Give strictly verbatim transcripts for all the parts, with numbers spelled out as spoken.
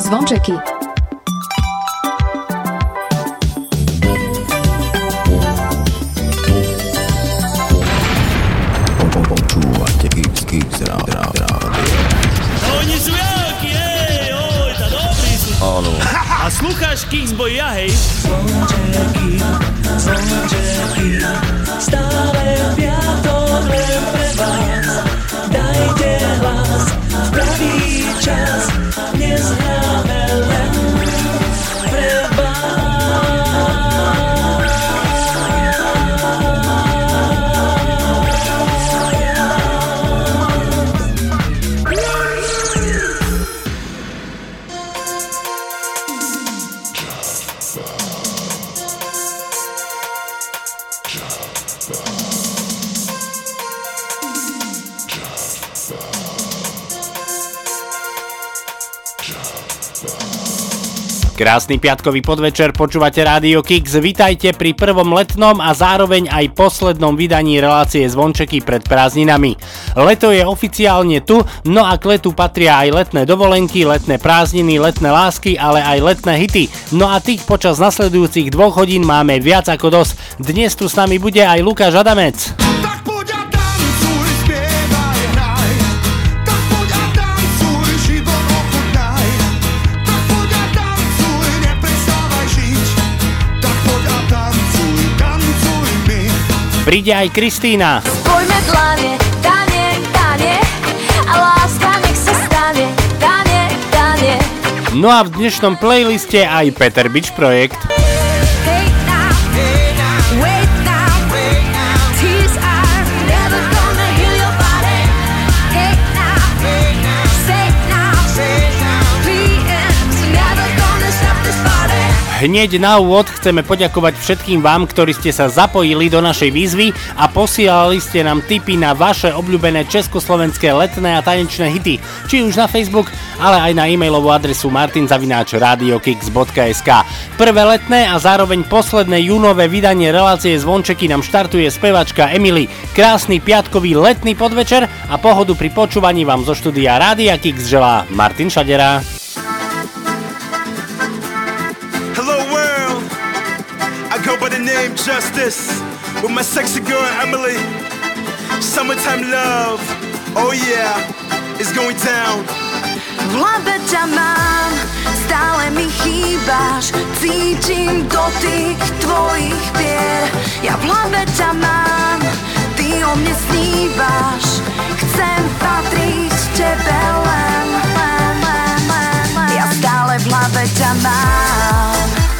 Zvončeky. Počúvate Kix, Kix, rádio. Oni sú jakí, hej, oj, tá dobrý sú. Áno. A slúcháš Kix boj ja, hej? Zvončeky, zvončeky, stále piatok len pre vás. Dajte hlas v pravý čas, dnes hráme len pre vás. Krásny piatkový podvečer, počúvate Rádio Kix. Vitajte pri prvom letnom a zároveň aj poslednom vydaní relácie Zvončeky pred prázdninami. Leto je oficiálne tu, no a k letu patria aj letné dovolenky, letné prázdniny, letné lásky, ale aj letné hity. No a tých počas nasledujúcich dvoch hodín máme viac ako dosť. Dnes tu s nami bude aj Lukáš Adamec. Príde aj Kristína. Spojme dlane, dane, dane, a láska nech sa stane, dane, dane. No a v dnešnom playliste aj Peter Bič projekt. Hey now, wait now, tears are never gonna heal your body. Hey now, say now, please, never gonna stop this party. Hneď na úvod chceme poďakovať všetkým vám, ktorí ste sa zapojili do našej výzvy a posielali ste nám tipy na vaše obľúbené československé letné a tanečné hity, či už na Facebook, ale aj na e-mailovú adresu martin zavináč radiokix bodka es ká. Prvé letné a zároveň posledné júnové vydanie relácie Zvončeky nám štartuje spevačka Emily. Krásny piatkový letný podvečer a pohodu pri počúvaní vám zo štúdia Rádia Kix želá Martin Šadera. Justice with my sexy girl Emily. Summertime love, oh yeah, it's going down. V hlave ťa mám, stále mi chýbaš, cítim dotyk tvojich pier. Ja v hlave ťa mám, ty o mne snívaš, chcem patriť tebe len, len, len, len, len. Ja stále v hlave ťa mám.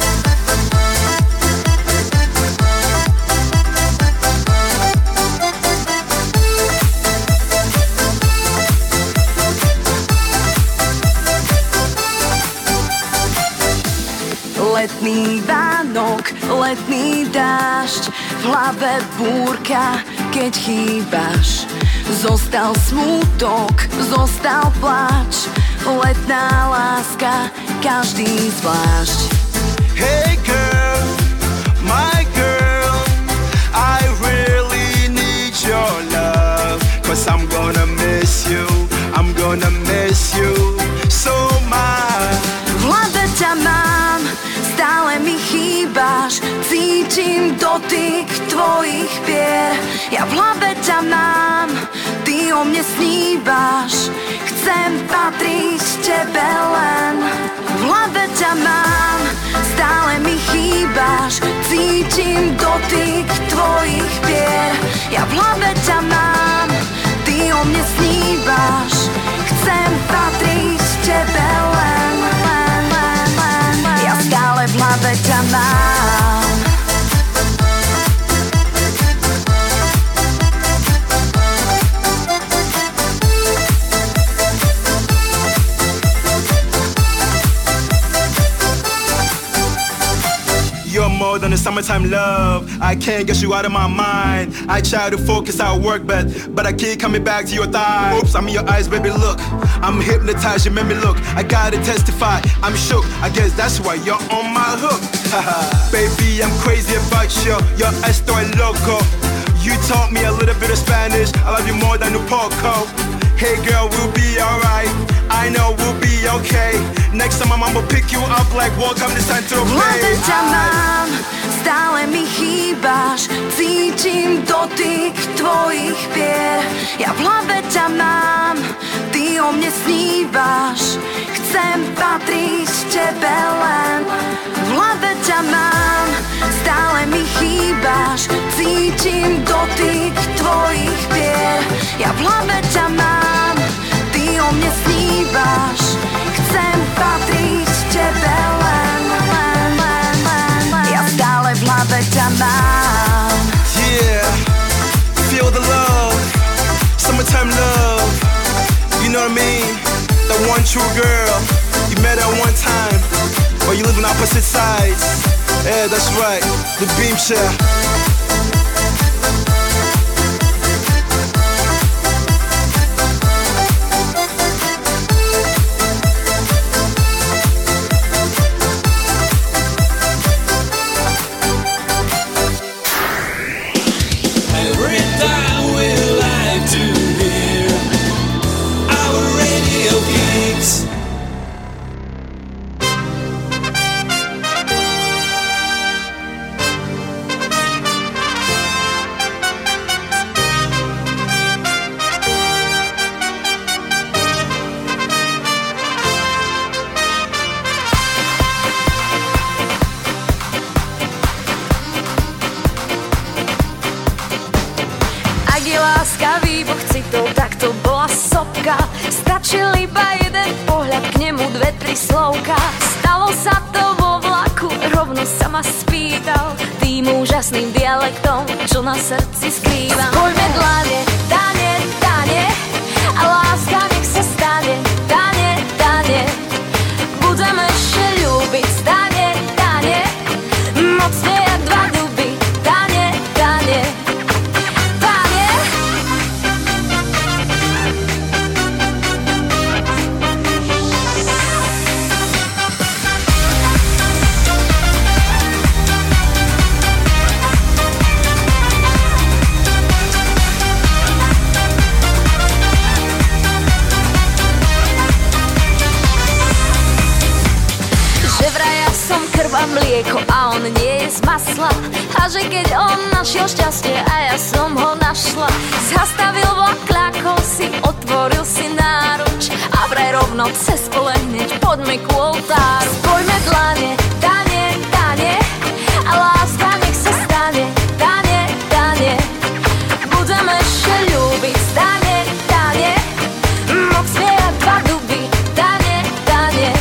Letný Vánok, letný dážď, v hlave búrka, keď chýbaš. Zostal smútok, zostal pláč, letná láska, každý zvlášť. Hey girl, my girl, I really need your love, cause I'm gonna miss you, I'm gonna miss you so much. V hlave ťa mám, stále mi chýbaš, cítim dotyk tvojich pier. Ja v hlave ťa mám, ty o mne snívaš, chcem patriť tebe len. V hlave ťa mám, stále mi chýbaš, cítim dotyk tvojich pier. Ja v hlave ťa mám, ty o mne snívaš, chcem patriť tebe len, len, len, len, len. Ja stále v hlave ťa mám. You're more than a summertime love, I can't get you out of my mind. I try to focus at work, but but I keep coming back to your thighs. Oops, I'm in your eyes, baby, look, I'm hypnotized, you made me look. I gotta testify, I'm shook, I guess that's why you're on my hook. Baby, I'm crazy about you, you're estoy loco. You taught me a little bit of Spanish, I love you more than un poco. Hey girl, we'll be alright, I know we'll be okay. Next next time I'm I'ma pick you up like welcome to Central V hlave Place. ťa mám, stále mi chýbaš, cítim dotyk tvojich pier. Ja v hlave ťa mám, ty o mne snívaš, chcem patriť tebe len. V hlave ťa mám, stále mi chýbaš, cítim dotyk tvojich pier. Ja v hlave ťa mám, ty o mne snívaš, chcem patriť tebe len, len, len, len, len. Ja stále v hlave ťa mám. Yeah, feel the love, summertime love. You know what I mean? The one true girl, you met her one time, but you live on opposite sides. Yeah, that's right, the beam share. Stačil iba jeden pohľad, k nemu dve, tri slovka. Stalo sa to vo vlaku, rovno sa ma spýtal tým úžasným dialektom, čo na srdci skrývam. Poďme dlane, dane, dane, a láska nech sa stane. Dane, dane, budeme ešte ľúbiť. Dane, dane, mocne jak dva duby. Dane, dane, mlieko a on nie je z masla. A že keď on našiel šťastie a ja som ho našla, zastavil vlak, kľakol si, otvoril si náruč a vraj rovno cez pole hneď poďme k oltáru. Spojme dlane, dane, dane, a láska nech sa stane. Dane, dane, budeme ešte ľúbiť. Dane, dane, mocne jak dva duby. Dane, dane,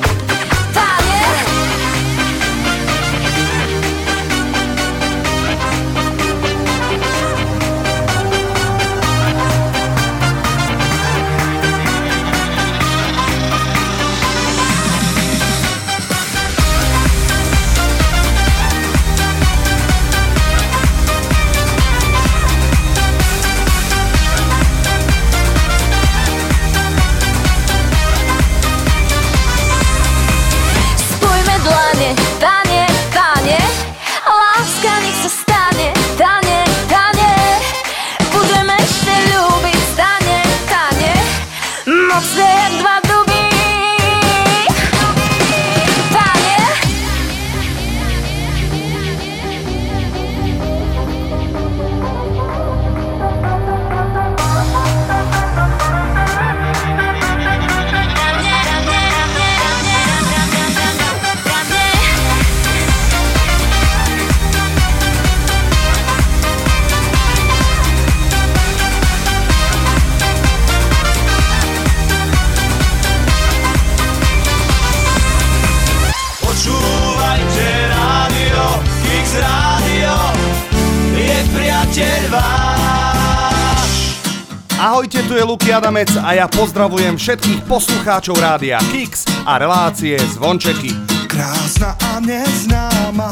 Ahojte, tu je Luky Adamec a ja pozdravujem všetkých poslucháčov rádia Kix a relácie Zvončeky. Krásna a neznáma,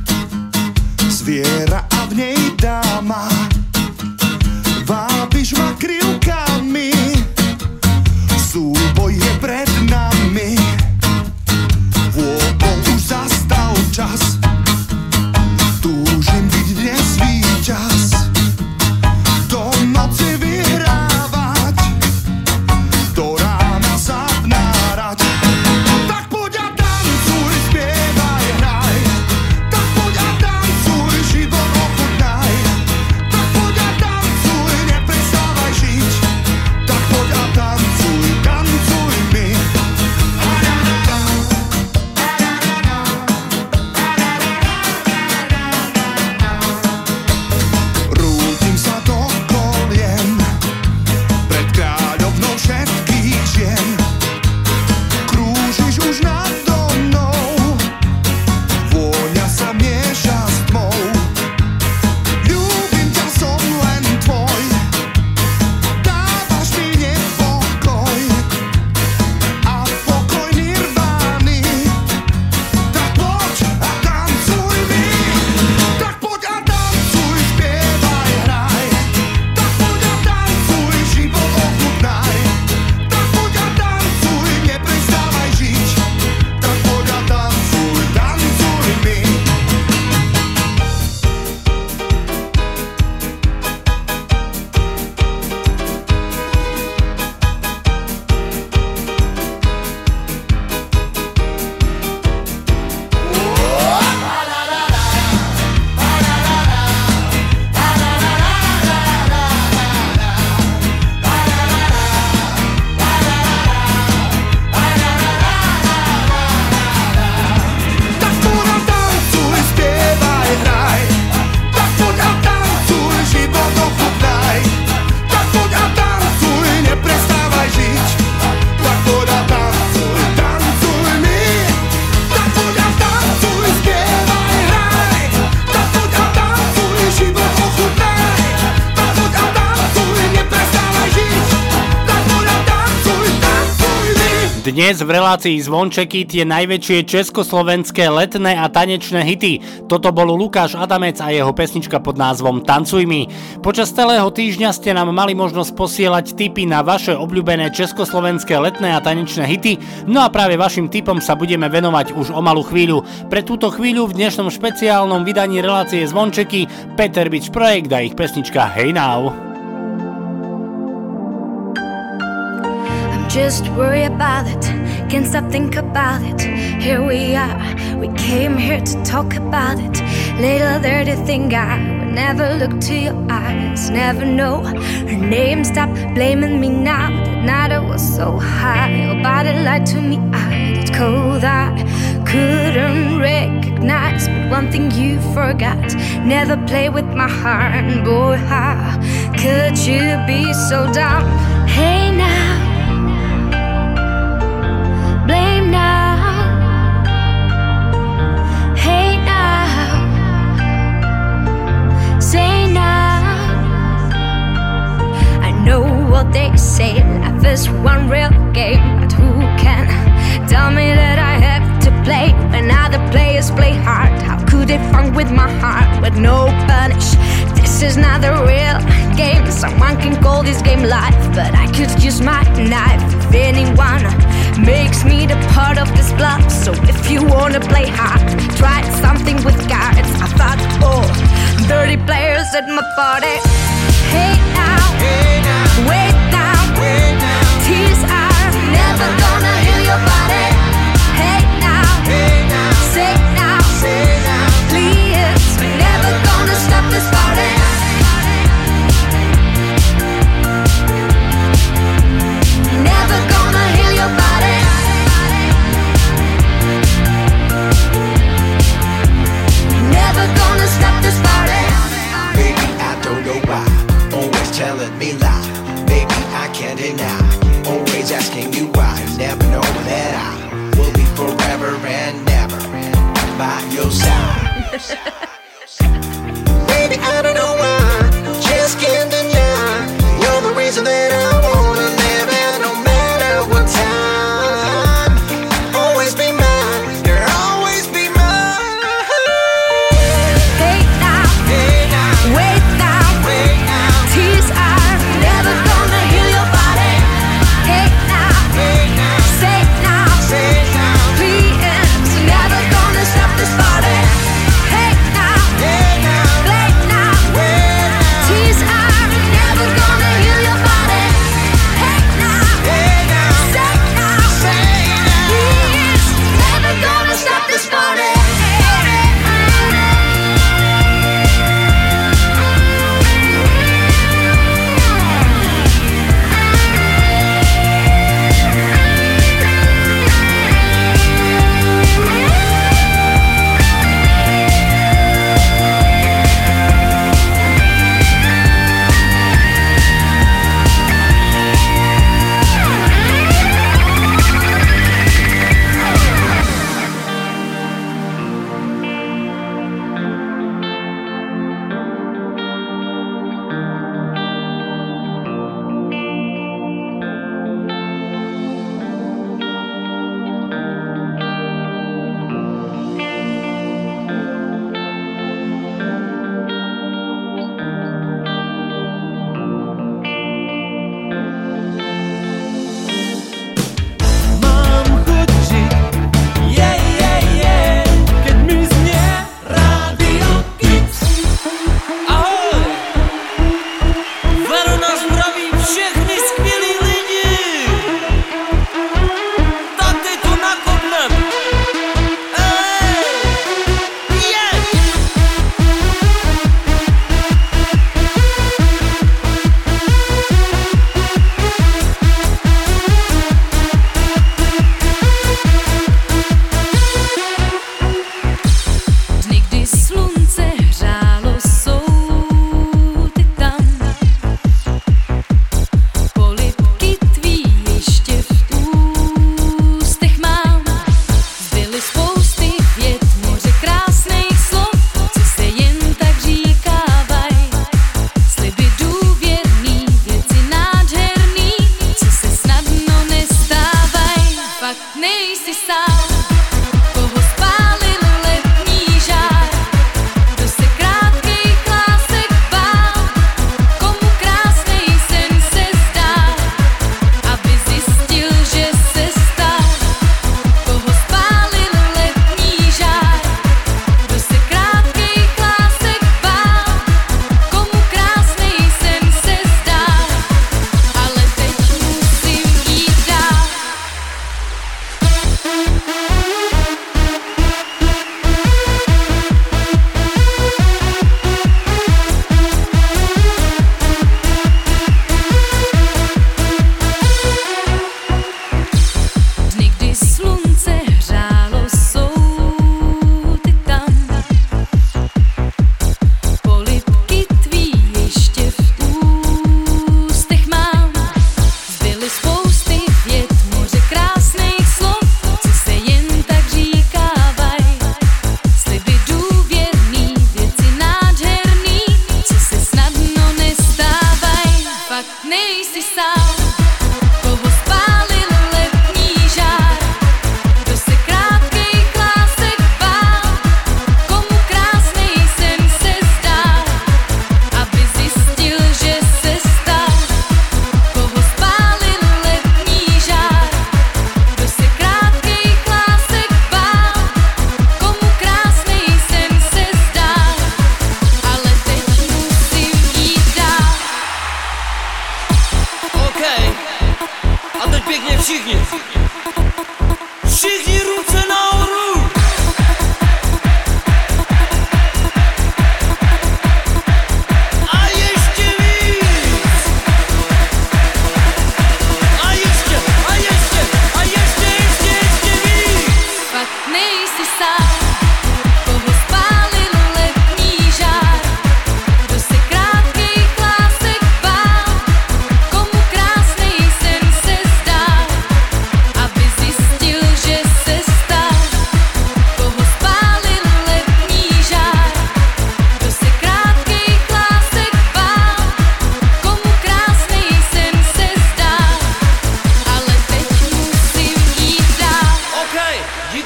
zviera a v nej dáma, vábiš ma krivkami, súboj je pred nami, vôbol už zastal čas, túžim byť dnes víťaz, do noci vyhrávať, do rána sa vnárať. Tak Dnes v relácii Zvončeky tie najväčšie československé letné a tanečné hity. Toto bol Lukáš Adamec a jeho pesnička pod názvom Tancuj mi. Počas celého týždňa ste nám mali možnosť posielať tipy na vaše obľúbené československé letné a tanečné hity, no a práve vašim tipom sa budeme venovať už o malú chvíľu. Pre túto chvíľu v dnešnom špeciálnom vydaní relácie Zvončeky Peter Bič Projekt a ich pesnička Hey Now. Just worry about it, can't stop think about it. Here we are, we came here to talk about it. Little dirty thing, I would never look to your eyes, never know her name. Stop blaming me now, that night I was so high. Your body lied to me, I did cold, I couldn't recognize. But one thing you forgot, never play with my heart. Boy, how could you be so dumb? Hey now, blame now, hey now, say now. I know what they say, life is one real game, but who can tell me that I have to play when other players play hard? How could they fun with my heart with no punish? This is not a real game. Someone can call this game life, but I could use my knife if anyone makes me the part of this bluff. So if you wanna play hard, try something with cards. I thought, oh, dirty players at my party. Hey now, hey now, wait now, wait now. Tears are never gonna heal your body. Hey now, hey now, say now, say now. Please, we're never gonna stop this party. Never gonna heal your body. Never gonna stop this party. Baby, I don't know why, always telling me lies.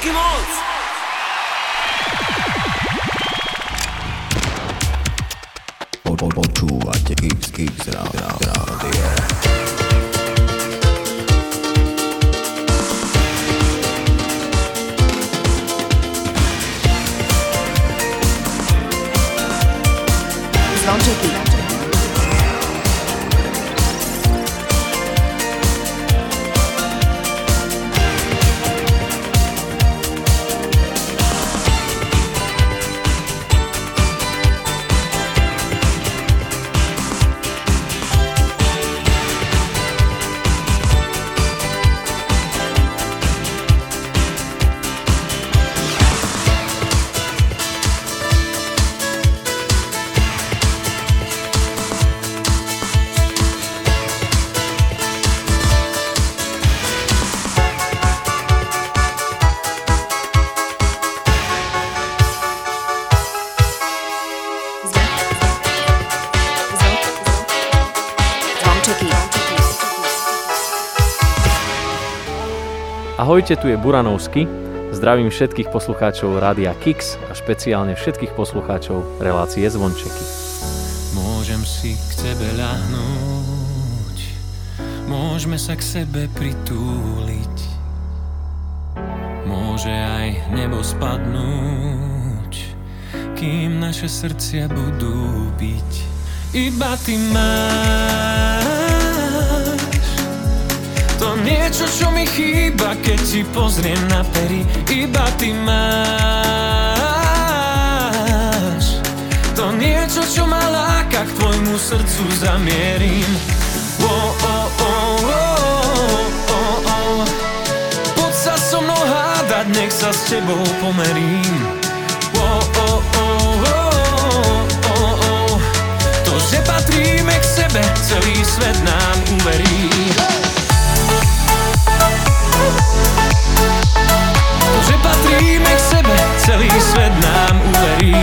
Díky moc! Počúvate Kix, Kix, rádio. Zvončeky. Ahojte, tu je Buranovský. Zdravím všetkých poslucháčov Rádia Kix a špeciálne všetkých poslucháčov relácie Zvončeky. Môžem si k tebe ľahnúť, môžeme sa k sebe pritúliť, môže aj nebo spadnúť, kým naše srdcia budú biť. Iba ty máš to niečo, čo mi chýba, keď ti pozriem na pery. Iba ty máš to niečo, čo ma láka, k tvojmu srdcu zamierim. Oh, oh, oh, oh, oh, oh. Poď sa so mnou hádať, nech sa s tebou pomerím. Oh, oh, oh, oh, oh, oh. To, že patríme k sebe, celý svet nám uverí. To, že patríme k sebe, celý svet nám uverí.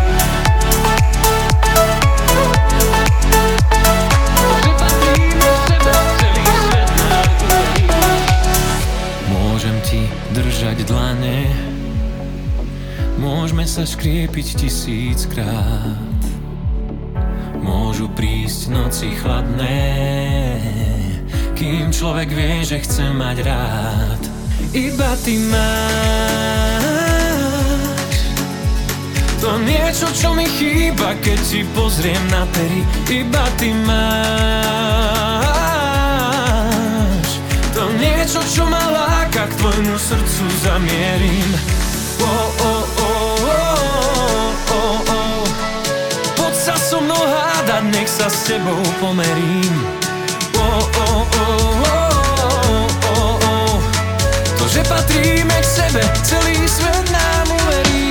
To, že patríme k sebe, celý svet nám uverí. Môžem ti držať dlane, môžeme sa škriepiť tisíckrát, môžu prísť noci chladné, kým človek vie, že chce mať rád. Iba ty máš to niečo, čo mi chýba, keď ti pozriem na pery. Iba ty máš to niečo, čo ma láka, k tvojmu srdcu zamierim. Oh, oh, oh, oh, oh, oh. Poď sa so mnou hádať, nech sa s tebou pomerím. Oh, oh, oh, oh, oh, oh. To, že patríme k sebe, celý svet nám uverí.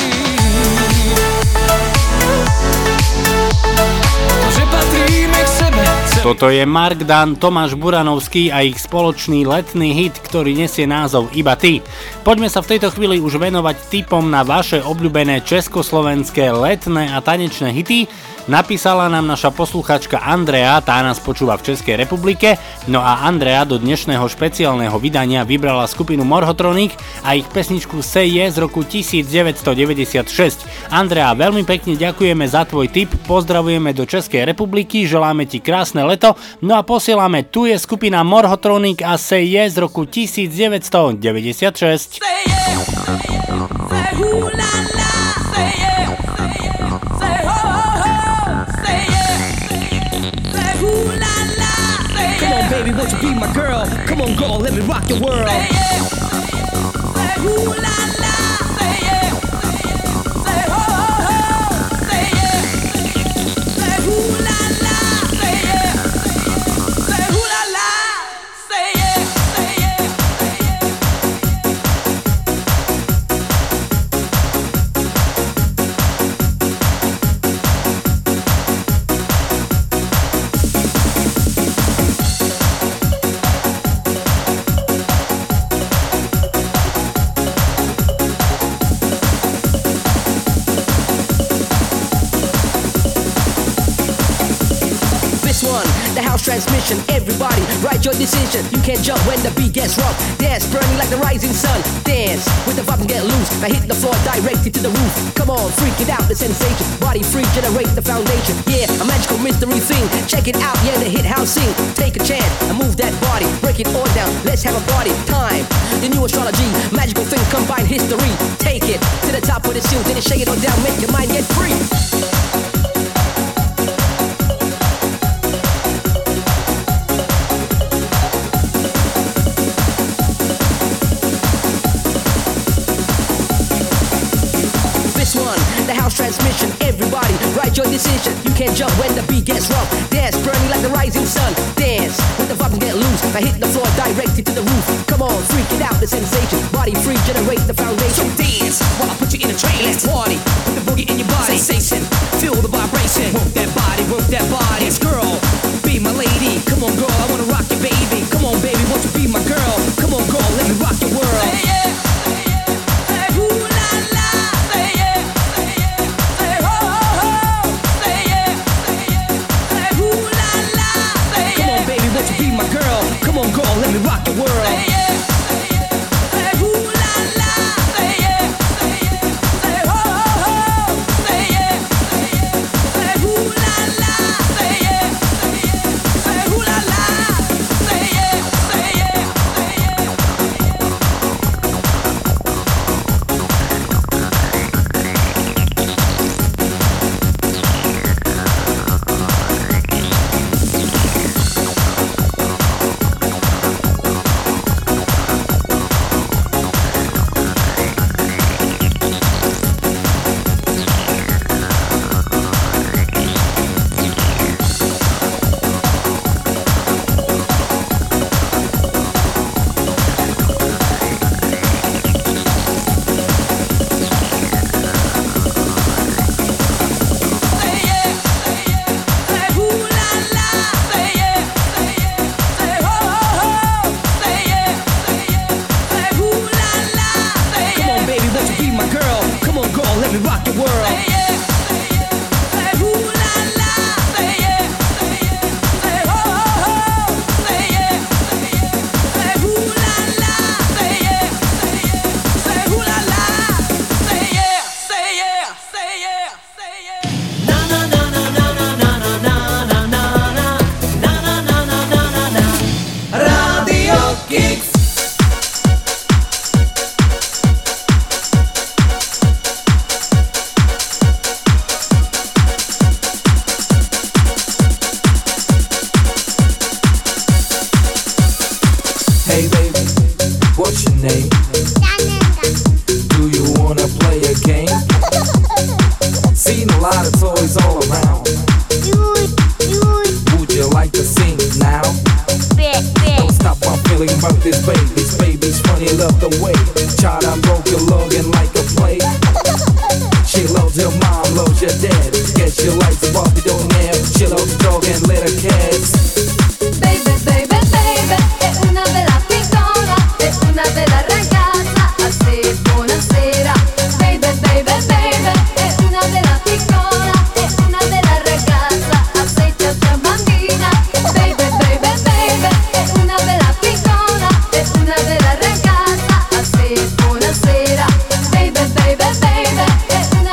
To, že patríme k sebe, celý... Toto je Mark Dan, Tomáš Buranovský a ich spoločný letný hit, ktorý nesie názov Iba ty. Poďme sa v tejto chvíli už venovať tipom na vaše obľúbené československé letné a tanečné hity. Napísala nám naša posluchačka Andrea, tá nás počúva v Českej republike. No a Andrea do dnešného špeciálneho vydania vybrala skupinu Morhotronic a ich pesničku Say Yes z roku devätnásťstodeväťdesiatšesť. Andrea, veľmi pekne ďakujeme za tvoj tip, pozdravujeme do Českej republiky, želáme ti krásne leto, no a posielame, tu je skupina Morhotronic a Say Yes z roku devätnásťstodeväťdesiatšesť. Say yes, say ooh la la, say yes, say ho ho ho, say yes, say ooh la la, say yes. Come on baby, won't you be my girl? Come on girl, let me rock your world. Say yes, say ooh la la, say yes, say ho ho ho, say yes, say ooh la la, say yes, say ooh la la, say yes, say yes. Transmission, everybody Write your decision. You can't jump when the beat gets rough. Dance, burning like the rising sun. Dance with the vibe and get loose. Now hit the floor, directed to the roof. Come on, freak it out, the sensation. Body free, generate the foundation. Yeah, a magical mystery thing. Check it out, yeah, the hit house sing. Take a chance and move that body. Break it all down, let's have a party. Time, the new astrology. Magical things combine history. Take it to the top of the seal, then shake it all down, make your mind get free. Transmission, everybody, write your decision. You can't jump when the beat gets rough. Dance, burning like the rising sun. Dance with the vibe and get loose. Now hit the floor, directed to the roof. Come on, freak it out, the sensation. Body free, generate the foundation. So dance while I put you in a trance. Party, put the boogie in your body. Sensation, feel the vibration. Work that body, work that body. Yes, girl, be my lady. Come on, girl, I wanna rock you, baby. Come on, baby, won't you be my girl? Come on, girl, let me rock your world. Hey, yeah. Come on, girl, let me rock the world. Say yeah, say yeah, say ooh la la. Say yeah, say yeah, say ho ho ho. Say yeah, say yeah, say ooh la la. Say yeah, say yeah, say ooh la la. Say yeah, say yeah, say yeah.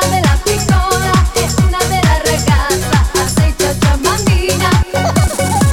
Una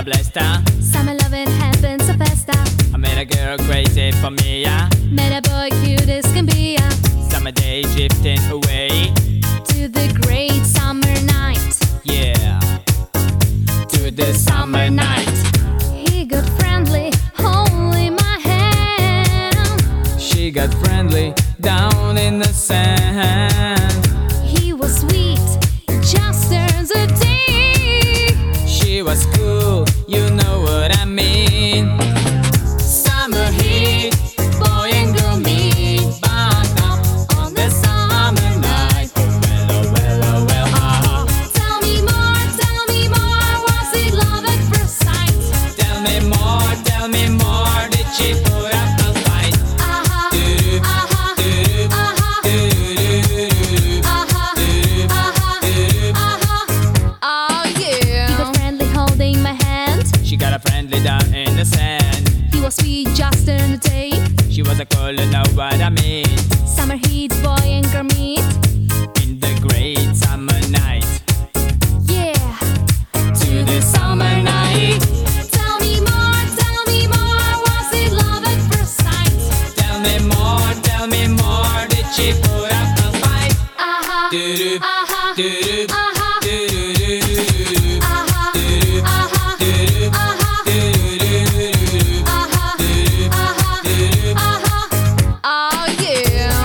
I blessed her. Summer loving happens so fast. I made a girl crazy for me, yeah. Met a boy cute as can be. Summer day drifting away To the great summer night. Yeah, to the summer night. He got friendly, holding my hand. She got friendly down in the sand. He was sweet, just as a day. She was cool, you know what I mean. Summer heat, boy and girl meet, bound up on the summer night. Well, oh, well, oh, well, uh-huh. Tell me more, tell me more, was it love at first sight? Tell me more, tell me more, did she put up a fight? Uh-huh, Do-do, uh-huh, do-do, uh-huh, do-do-do-do-do. uh-huh, uh-huh, uh-huh. Oh yeah. He got friendly, holding my hand. She got a friendly down in the sand. He was sweet, just in the day. She was a cool, you know what I mean. Summer heat, boy and girl meet. In the great summer night. Yeah. To the summer night. Tell me more, tell me more, was it love at first sight? Tell me more, tell me more, did she put up a fight? Uh-huh, Do-do, uh-huh, do-do, uh-huh, do-do-do-do-do. uh-huh, Do-do, uh-huh, do-do, uh-huh, do-do-do-do-do. uh-huh, Do-do, uh-huh, do-do. uh-huh. Oh yeah.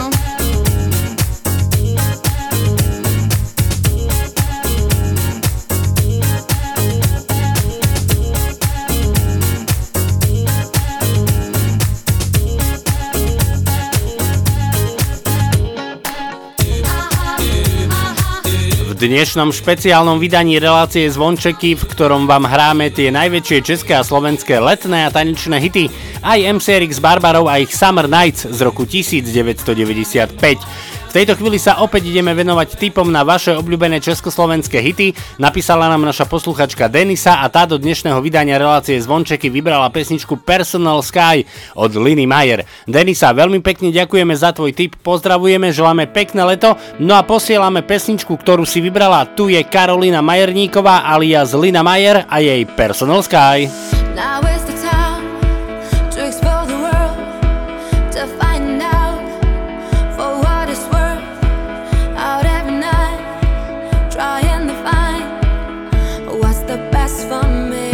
V dnešnom špeciálnom vydaní relácie Zvončeky, v ktorom vám hráme tie najväčšie české a slovenské letné a tanečné hity, aj em cé er iks Barbarov a ich Summer Nights z roku devätnásťstodeväťdesiatpäť. V tejto chvíli sa opäť ideme venovať tipom na vaše obľúbené československé hity. Napísala nám naša posluchačka Denisa a tá do dnešného vydania relácie Zvončeky vybrala pesničku Personal Sky od Liny Mayer. Denisa, veľmi pekne ďakujeme za tvoj tip, pozdravujeme, želáme pekné leto, no a posielame pesničku, ktorú si vybrala. Tu je Karolina Majerníková alias Lina Mayer a jej Personal Sky. Now is the time to explore the world, to find out for what it's worth. Out every night, trying to find what's the best for me.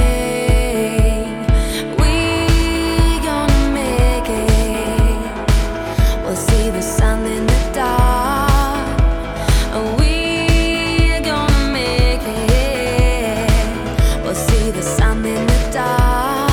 We gonna make it. We'll see the sun in the dark. We gonna make it. We'll see the sun in the dark.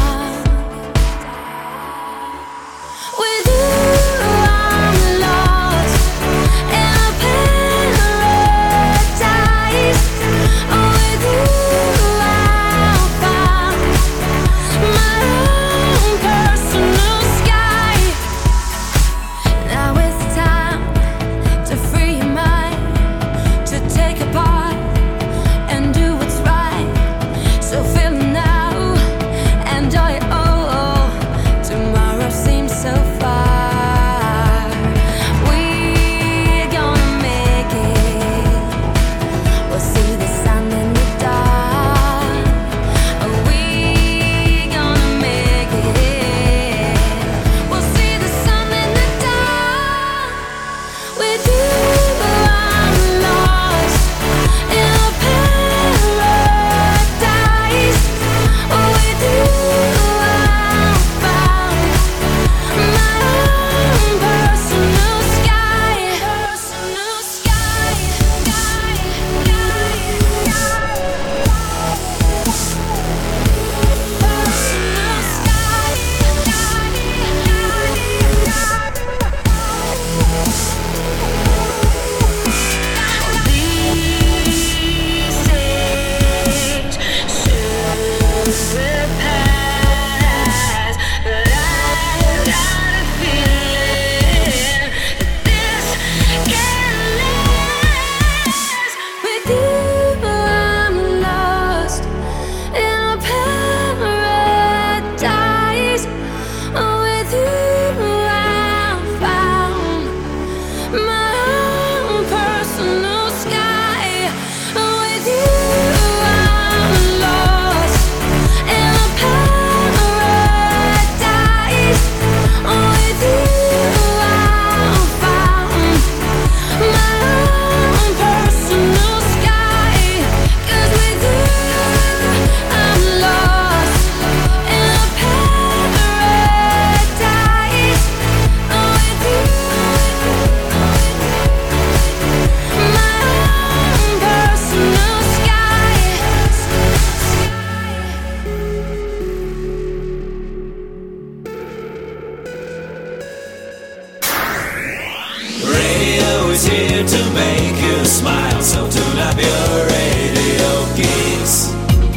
smile, so tune up your radio geeks.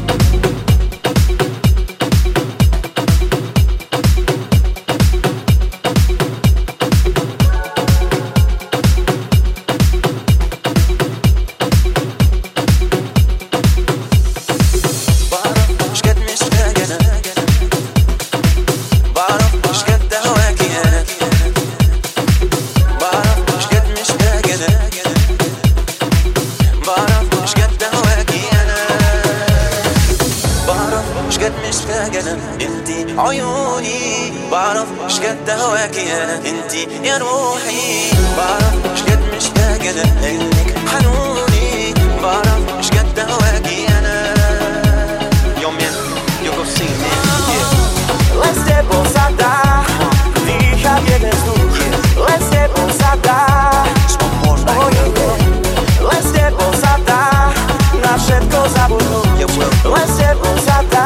عيوني بعرف شقد هواكي انا انتي يا روحي بعرف شقد مشتاق انا لك حنوني بعرف شقد هواكي انا يومين you go see me let's step posada dicha jeden znów let's step posada oh yeah let's step posada na wszystko zabudnąć let's step posada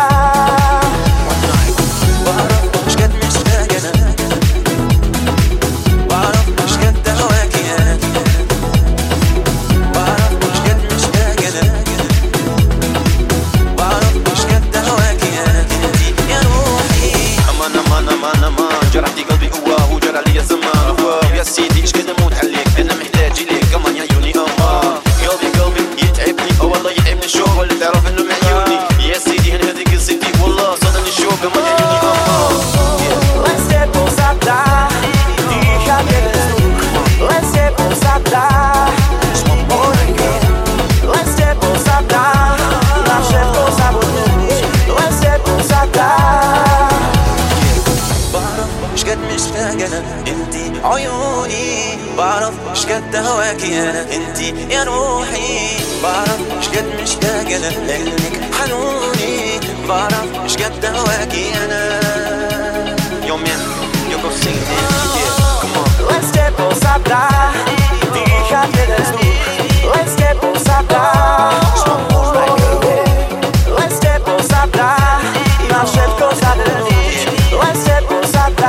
عيوني بعرف شقد هواكي انا انتي يا روحي بعرف شقد مشتاق انا لك حنوني بعرف شقد هواكي انا يومين you go see me yeah come on let's step posada dicha jeden znów let's step posada let's step posada na wszystko zadrnić let's step posada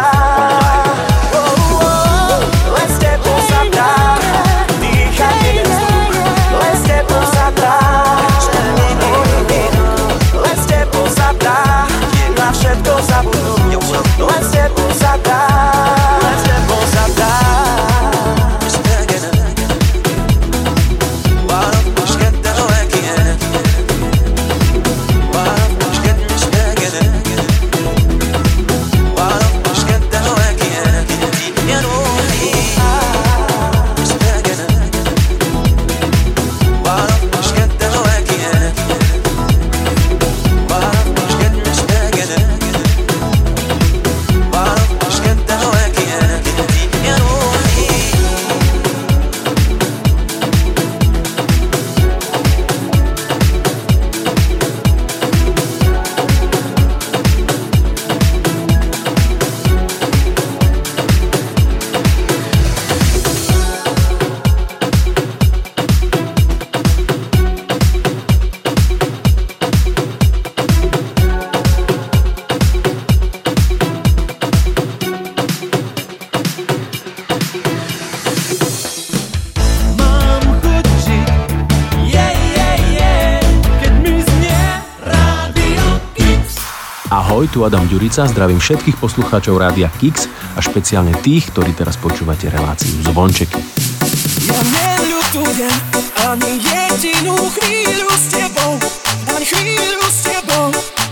Ahoj, tu Adam Ďurica, zdravím všetkých poslucháčov Rádia Kix a špeciálne tých, ktorí teraz počúvate reláciu Zvončeky. Ja neľutujem ani jedinú chvíľu s tebou, ani chvíľu s tebou.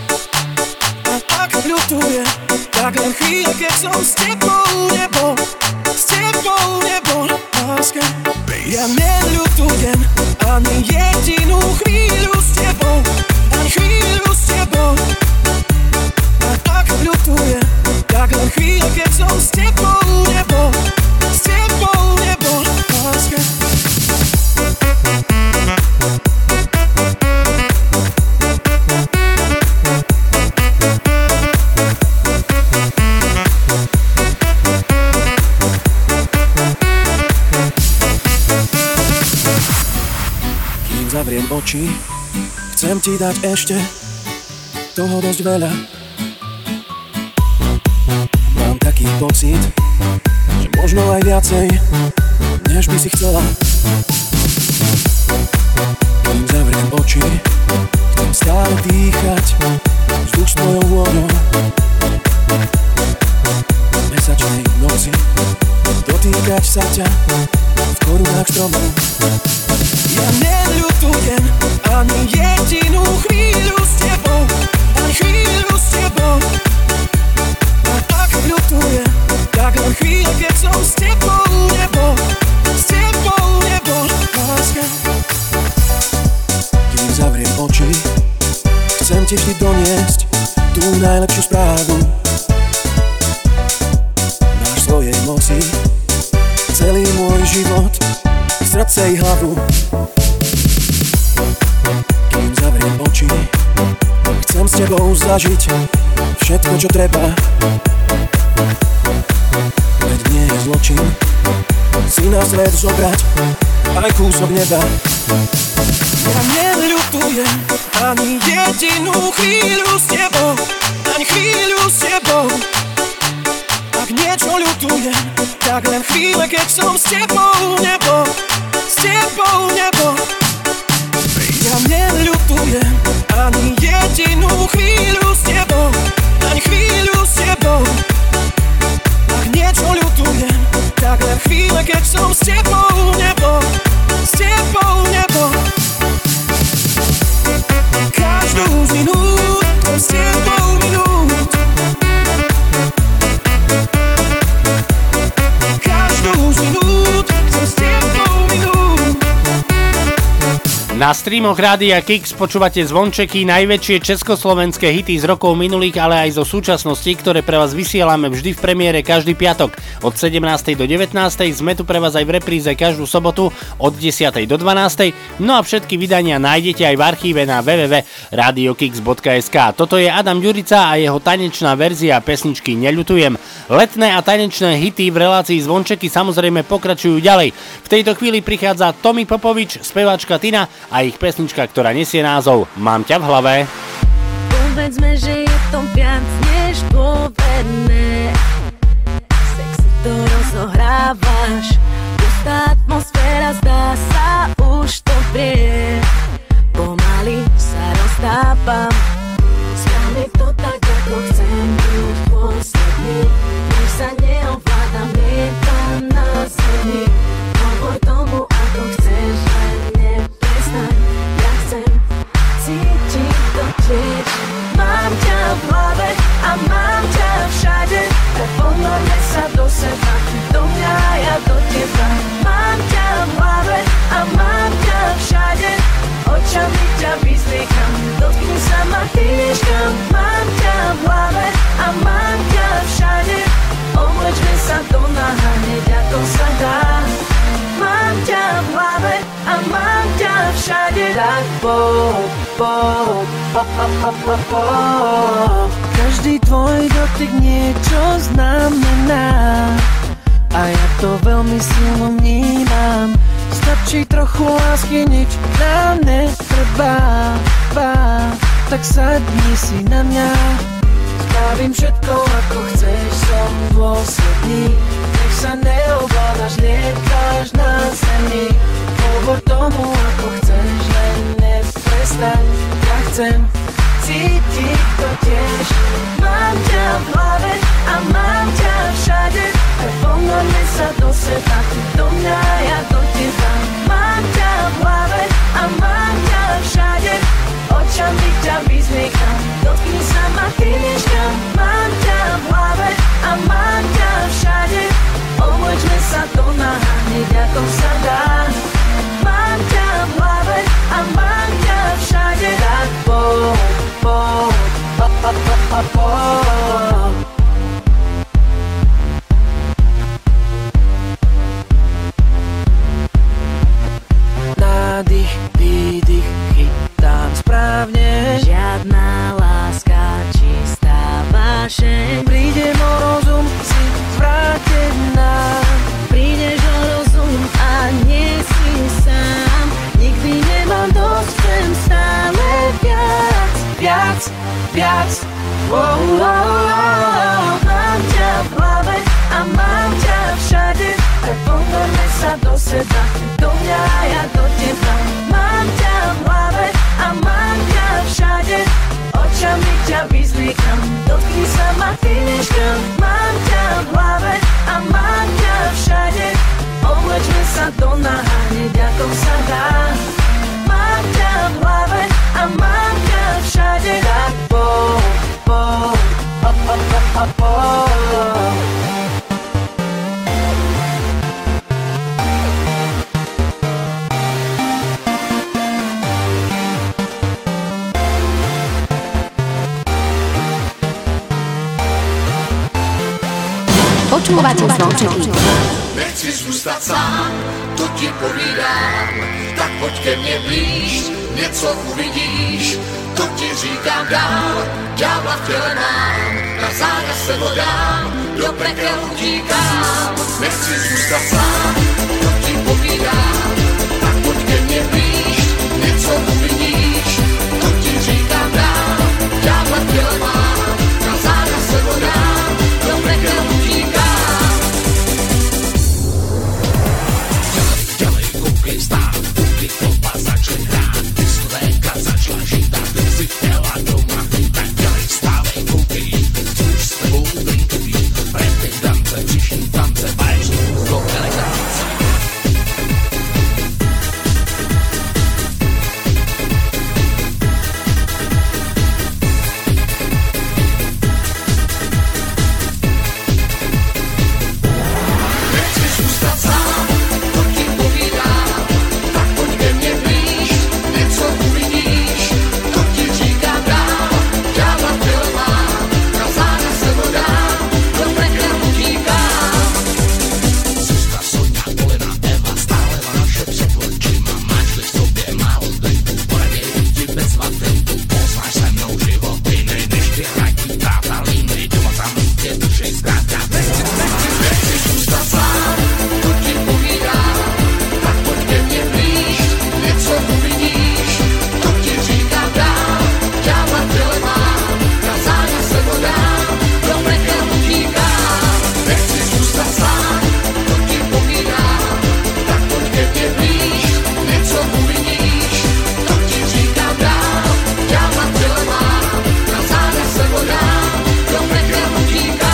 A ak ľutujem, tak len chvíľa, keď som s tebou nebol, s tebou nebol, láska. Ja neľutujem ani jedinú chvíľu s tebou, ani chvíľu s tebou. Tak ľutujem, tak len chvíľa, keď som s tebou nebol, s tebou nebol, láska. Kým zavriem oči, chcem ti dať ešte toho dosť veľa. Taký pocit, že možno aj viacej, než by si chcela. oči, chcem stále dýchať vzduch s tvojou vôňou. V mesačnej noci dotýkať sa ťa v korunách stromov. Ja neľutujem ani jedinú chvíľu s tebou, ani chvíľu s tebou. A ak ľutujem, tak len chvíľa, keď som s tebou nebol, s tebou nebol, láska. Kým zavriem oči, chcem ti vždy doniesť tú najlepšiu správu. Máš v svojej moci celý môj život, srdce i hlavu. Kým zavriem oči, chcem s tebou zažiť všetko, čo treba. Veď nie je zločin si na svet zobrať aj kúsok neba. Ja neľutujem ani jedinú chvíľu s tebou, ani chvíľu s tebou. Ak niečo ľutujem, tak len chvíle, keď som s tebou nebol, s tebou nebol. Ja neľutujem ani jedinú chvíľu s tebou, ani chvíľu s tebou. Ak niečo ľutujem, tak len chvíle, keď som s tebou nebol, s tebou nebol. Každú z minút, s tebou minút. Každú z minút, s tebou minút. Na streamoch Rádia Kix počúvate zvončeky, najväčšie československé hity z rokov minulých, ale aj zo súčasnosti, ktoré pre vás vysielame vždy v premiére každý piatok. Od sedemnástej do devätnástej sme tu pre vás aj v repríze každú sobotu od desiatej do dvanástej. No a všetky vydania nájdete aj v archíve na w w w bodka radio kix bodka es ka. Toto je Adam Ďurica a jeho tanečná verzia pesničky Neľutujem. Letné a tanečné hity v relácii zvončeky samozrejme pokračujú ďalej. V tejto chvíli prichádza Tommy Popovič, speváčka Tina a ich pesnička, ktorá nesie názov Mám ťa v hlave. Povedzme, že je to viac než dôverné. Sexy to rozohrávaš, pustá atmosféra, zdá sa už to prie. Pomaly sa roztápam, spravím to tak, ako chcem byť posledný. Nech sa neovládam, lietam na zemi. Hovor tomu, ako chceš, len neprestaň. Ja chcem cítiť to tiež. Mám ťa v hlave a mám ťa všade. Tak ponorme sa do seba, ty do mňa a ja do teba. Mám ťa v hlave a mám ťa všade. Očami ťa vyzliekam, dotkni sa ma, ty vieš kam. Mám ťa v hlave a mám ťa všade. Oblečme sa do náha, hneď ako sa dá. Mám ťa v hlave a mám ťa všade. Tak poď, poď, poď, poď, poď, poď. Každý tvoj dotyk niečo znamená a ja to veľmi silno vnímam. Stačí trochu lásky, nič nám netreba, tak sadni si na mňa. Spravím všetko, ako chceš, som dôsledný. Nech sa neovládaš, lietáš na zemi. Hovor tomu, ako chceš, len neprestaň. Ja chcem cítiť to tiež. Mám ťa v hlave a mám ťa všade. Tak ponorme sa do seba, ty do mňa a ja do teba. Mám ťa v hlave a mám ťa všade. Očami ťa vyzliekam, dotkni sa ma, ty vieš kam. Mám ťa v hlave a mám ťa všade. Oblečme sa do náha, hneď ako sa dá. Mám ťa v hlave a mám ťa všade. Tak poď, poď, poď, poď, poď, poď. Nádych, výdych, chytám správne. Žiadna láska, čistá vášeň. Prídem o rozum, si zvrátená. Prídeš o rozum a nie si sám. Nikdy nemám dosť, chcem stále viac. Viac, viac, wow, wow, wow. Mám ťa v hlave a mám ťa všade. Tak ponorme sa do seba, ty do mňa a ja do teba. Mám ťa v hlave a a mám ťa všade. Očami ťa vyzliekam, dotkni sa ma, ty neškam. Mám ťa v hlave a mám ťa všade. Oblečme sa do naháne, ďakom sa dá. Mám ťa v hlave a mám ťa všade. Tak po, po, po, po, po, po, po. Počúvate Zvončeky. Nechci zůstat sám, to ti povídám, tak pojď ke mně blíž, něco uvidíš, to ti říkám dál, ďábla v těle mám, na záda se vodám, do pekel utíkám. Nechci zůstat sám, to ti povídám, tak pojď ke mně blíž, něco uvidíš, to ti říkám dál, ďábla v těle mám, na záda se vodám, do pekel utíkám. Stát, kuky klopa začali hrát, diskotéka začala žít a ty si chtěla doma být, tak dělej, stávej, koukej, chci už s tebou drinkový, prety dance, přišní tance, baješ do elektráce. Nechci zůstat sám, to ti povídám, něco uvidíš, to ti říkám dál, ďábla v těle mám, na záda se vodám, do pekel utíkám. Zuzka, Soňa, Polina, Eva, stále vaše před očima, máš-li v sobě málo dejku, poraděj ti bez vatenku, poznáš se mnou život jiný, než ty hradí táta línej, doma tam tě držej zkrátka, nechci, nechci, nechci zůstat sám, to ti povídám, tak pojď ke mně blíž, něco uvidíš, to ti říkám dál, ďábla v těle mám, na záda se vodám, do pekel utíkám. Nechci zůstat sám, to ti povídám, tak pojď ke mně blíž, něco uvidíš, to ti říkám dál, ďábla v těle mám, na záda se vodám, do pekel utíkám.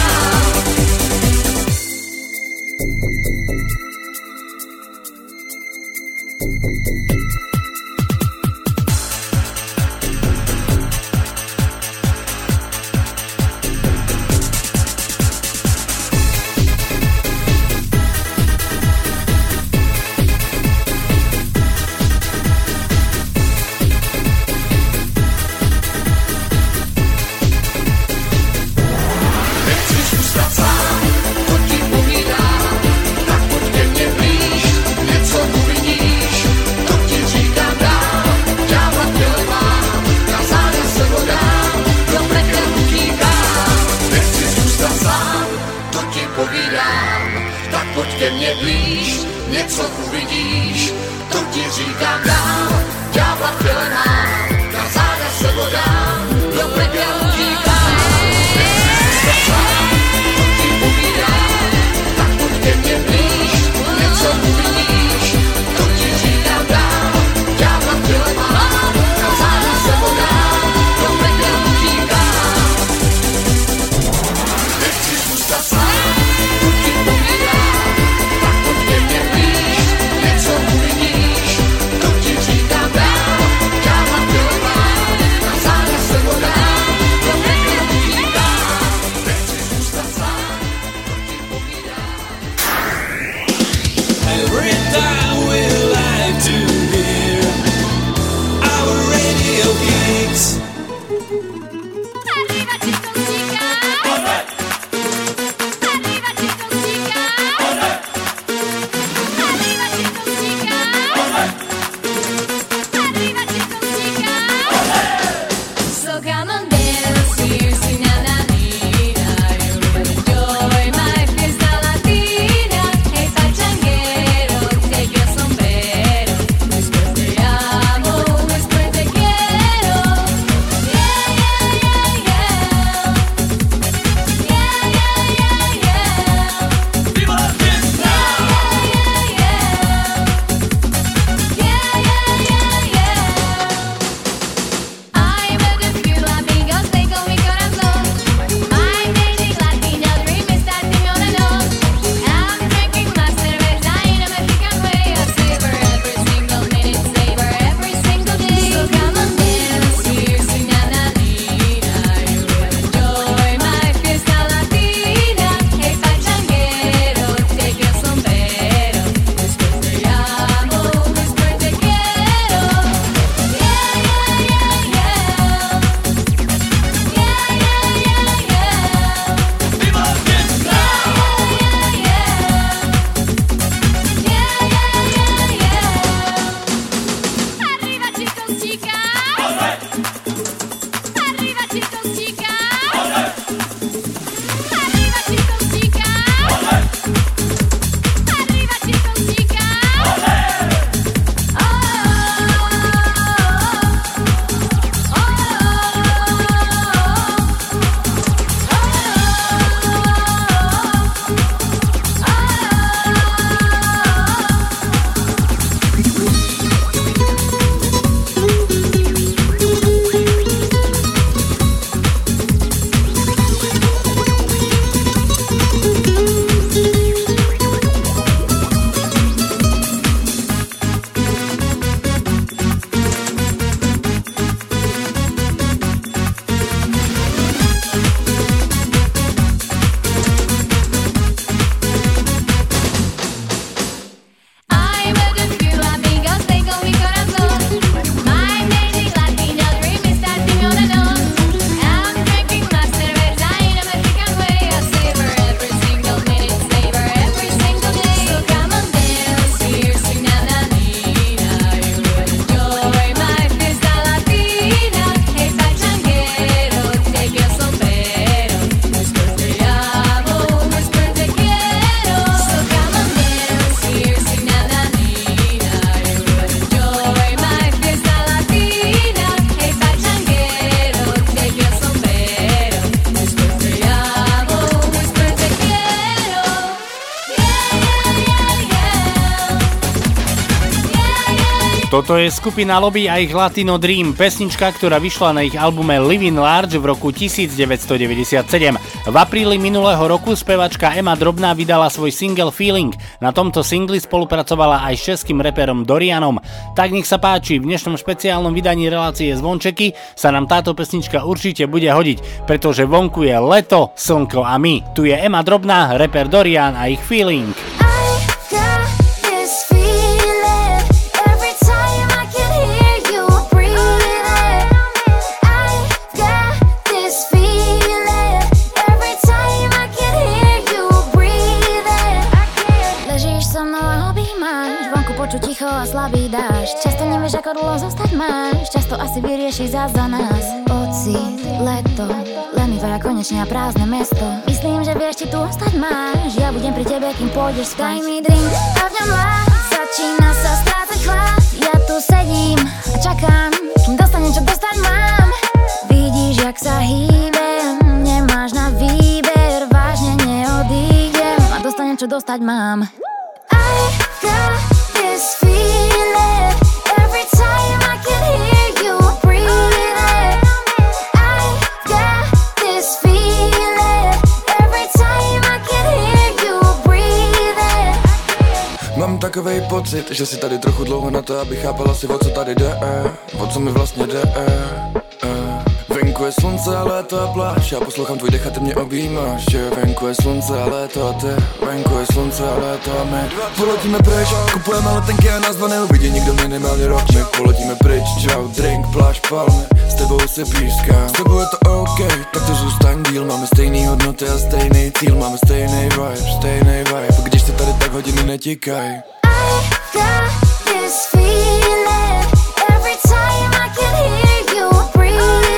Nechci zůstat sám, to ti povídám, tak pojď ke mně blíž, něco uvidíš, to ti říkám dál, ďábla v těle mám, na záda se vodám, do pekel utíkám. Nechci zůstat sám, to ti povídám, tak pojď ke mně blíž, něco uvidíš, to ti říkám dál, ďábla v těle mám, na záda se vodám, do pekel utíkám. Ke mně blíž, něco uvidíš, to ti říkám dál, ďábla v těle mám, na záda se vodám, do pekel utíkám. Nechci zůstat sám, to ti povídám, tak pojď ke mně blíž, Toto je skupina Lobby a ich Latino Dream, pesnička, ktorá vyšla na ich albume Living Large v roku devätnásťstodeväťdesiatsedem. V apríli minulého roku spevačka Ema Drobná vydala svoj single Feeling. Na tomto singli spolupracovala aj s českým reperom Dorianom. Tak nech sa páči, v dnešnom špeciálnom vydaní relácie Zvončeky sa nám táto pesnička určite bude hodiť, pretože vonku je leto, slnko a my. Tu je Ema Drobná, reper Dorian a ich Feeling. Ticho a slabý dážď, často nevieš ako dlho zostať máš, často asi vyrieši zás za nás. Pocit, leto, len mi veľa konečne a prázdne mesto. Myslím, že vieš, či tu ostať máš, ja budem pri tebe, kým pôjdeš spať. Daj mi drink a v ňom lás, začína sa strácať chlad. Ja tu sedím a čakám, kým dostanem, čo dostať mám. Vidíš, jak sa hýbem, nemáš na výber, vážne neodídem a dostanem, čo dostať mám. I got this feeling every time I can hear you breathing. I got this feeling every time I can hear you breathing. Mám takovej pocit, že si tady trochu dlouho na to, aby chápala si, o co tady jde, o co mi vlastně jde. Venku je slunce a léto a pláž, já poslouchám tvůj dech a ty mě objímáš. Že venku je slunce a léto a ty, venku je slunce a léto a my poletíme pryč, kupujeme letenky a nás dva neuvidí nikdo minimálně rok. My poletíme pryč, čau, drink, pláž, palmy, s tebou si pískám. S tebou je to OK, tak to zůstaň díl. Máme stejný hodnoty a stejný cíl, máme stejný vibe, stejný vibe. Když se tady tak hodiny netíkaj. I got this feeling every time I can hear you breathing.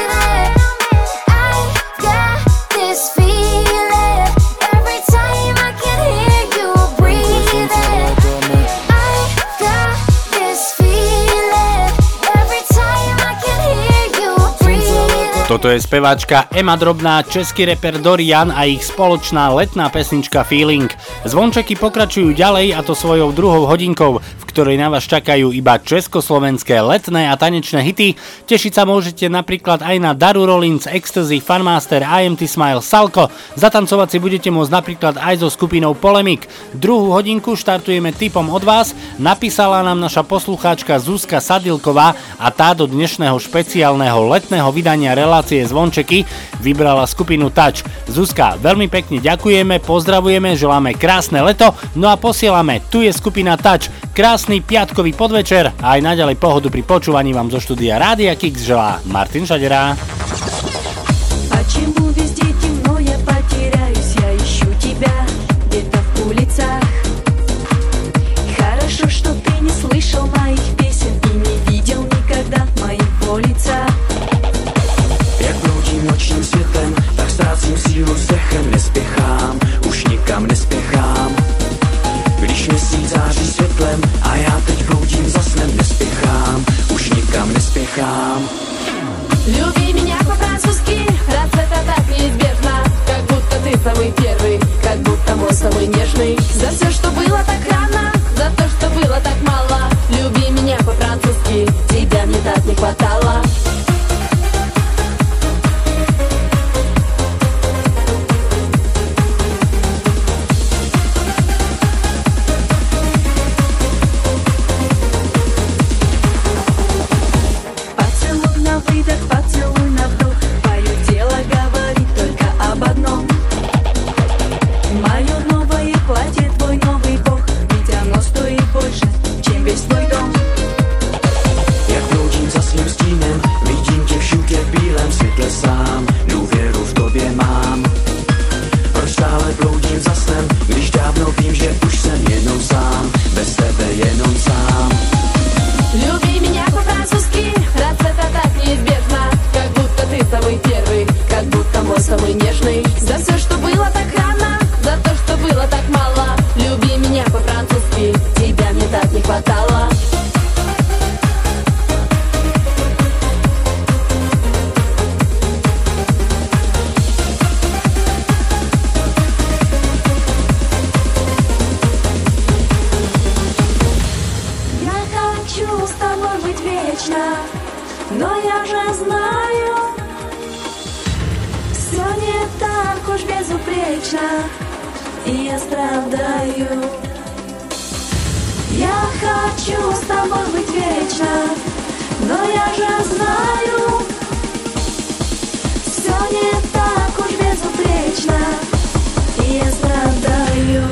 Toto je speváčka Ema Drobná, český reper Dorian a ich spoločná letná pesnička Feeling. Zvončeky pokračujú ďalej, a to svojou druhou hodinkou, v ktorej na vás čakajú iba československé letné a tanečné hity. Tešiť sa môžete napríklad aj na Daru Rollins, Ecstasy, Funmaster, I M T Smile, Salko. Zatancovať si budete môcť napríklad aj so skupinou Polemik. Druhú hodinku štartujeme tipom od vás. Napísala nám naša poslucháčka Zuzka Sadilková a tá do dnešného špeciálneho letného vydania relácie Zvončeky vybrala skupinu Touch. Zuzka, veľmi pekne ďakujeme, pozdravujeme, želáme krásne leto, no a posielame, tu je skupina Touch. Krásny piatkový podvečer a aj naďalej pohodu pri počúvaní vám zo štúdia Rádia Kix želá Martin Šadera. Почему везде темно, я потеряюсь, я ищу тебя где-то в улицах. Хорошо, что ты не слышал моих песен и не видел никогда моего лица. Jak bloudím nočním světlem, tak ztrácím sílu s dechem. Nespěchám, už nikam nespěchám. Když měsíc září světlem a já teď bloudím za snem. Nespěchám, už nikam nespěchám. Люби меня по-французски, расцвета так неизбежна. Как будто ты самый первый, как будто мой самый нежный. За все, что было так рано, за то, что было так мало. Люби меня по-французски, тебя мне так не хватало. Поцелуй на вдох, твое тело говорит только об одном. Мое новое платье, твой новый бог, вечно, и я страдаю. Я хочу с тобой быть вечно, но я же знаю, все не так уж безупречно, и я страдаю.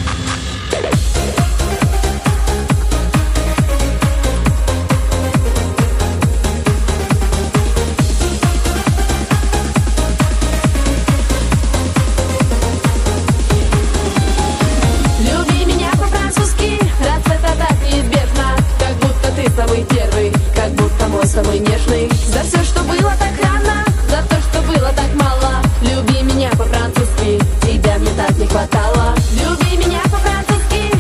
Люби меня по-французски, раз это так неизбежно, как будто ты самый первый, как будто мой самый нежный. За все, что было так рано, за то, что было так мало. Люби меня по-французски, тебя мне так не хватало. Люби меня по-французски,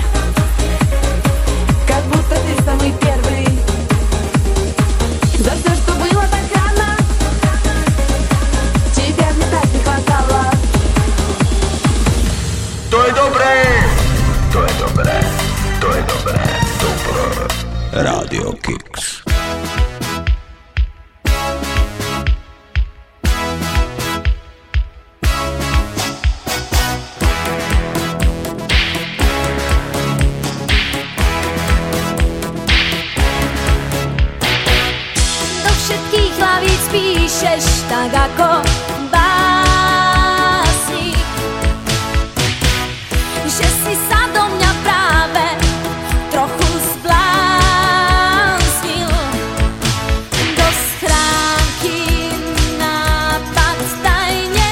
как будто ты самый первый. За все, что было так рано, тебя мне так не хватало. To je dobré, to je dobré, to je dobré, dobré. Radio Kicks. Do všetkých hlavíc píšeš tak ako básnik, že si sa do mňa práve trochu zbláznil. Do schránky nápad tajne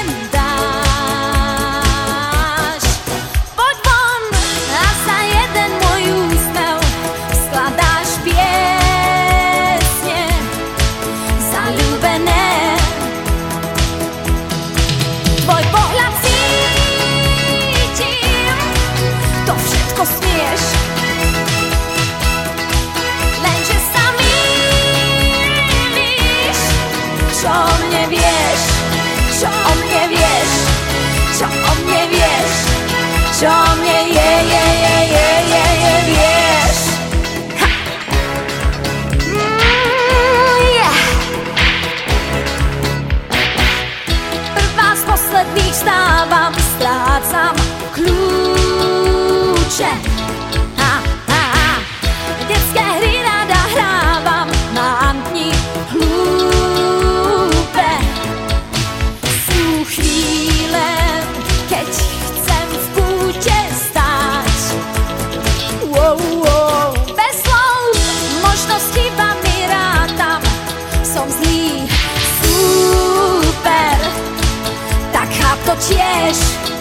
dáš. Poď von a za jeden môj úsmev skladáš piesne zaľúbené. Tvoj pohľad cítim, to všetko smieš, lenže sa mýliš. Čo o mne vieš, čo o mne vieš, čo o mne vieš, čo o mne je, je, je, je, je, je, vieš. Ha! Mm, yeah. Prvá z posledných stávam, strácam kľúče. Ha, ha, ha. Detské hry rada hrávam, mám dni hlúpe. Sú chvíle, keď chcem v kúte stáť. Wow, wow. Bez slov, možno s chybami rátam, som zlý, super, tak cháp to tiež.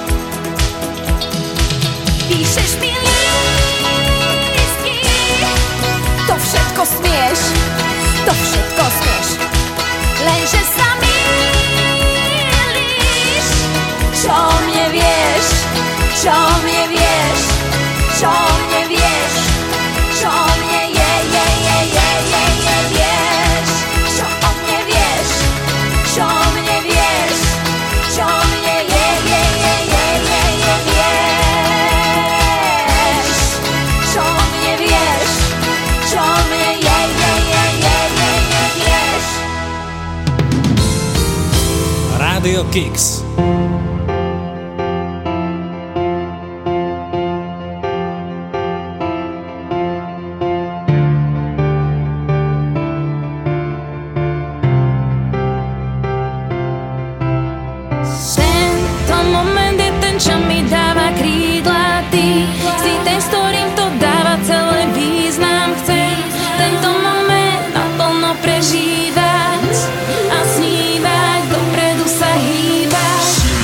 Píšeš mi lístky, to všetko smieš, to všetko smieš, lenže sa mýliš. Čo o mne vieš, čo o mne vieš, čo o mne vieš, čo o mne je, je, je, je, je, je, vieš. Čo o mne vieš, čo o mne vieš, čo o mne je, je, je, je, je, je, vieš. Čo o mne vieš, čo o mne je, je, je, je, je, je, vieš. Radio Kicks. Tento moment je ten, čo mi dáva krídla. Ty si ten, s ktorým to dáva celý význam. Chcem tento moment naplno prežívať a snívať, dopredu sa hýbať.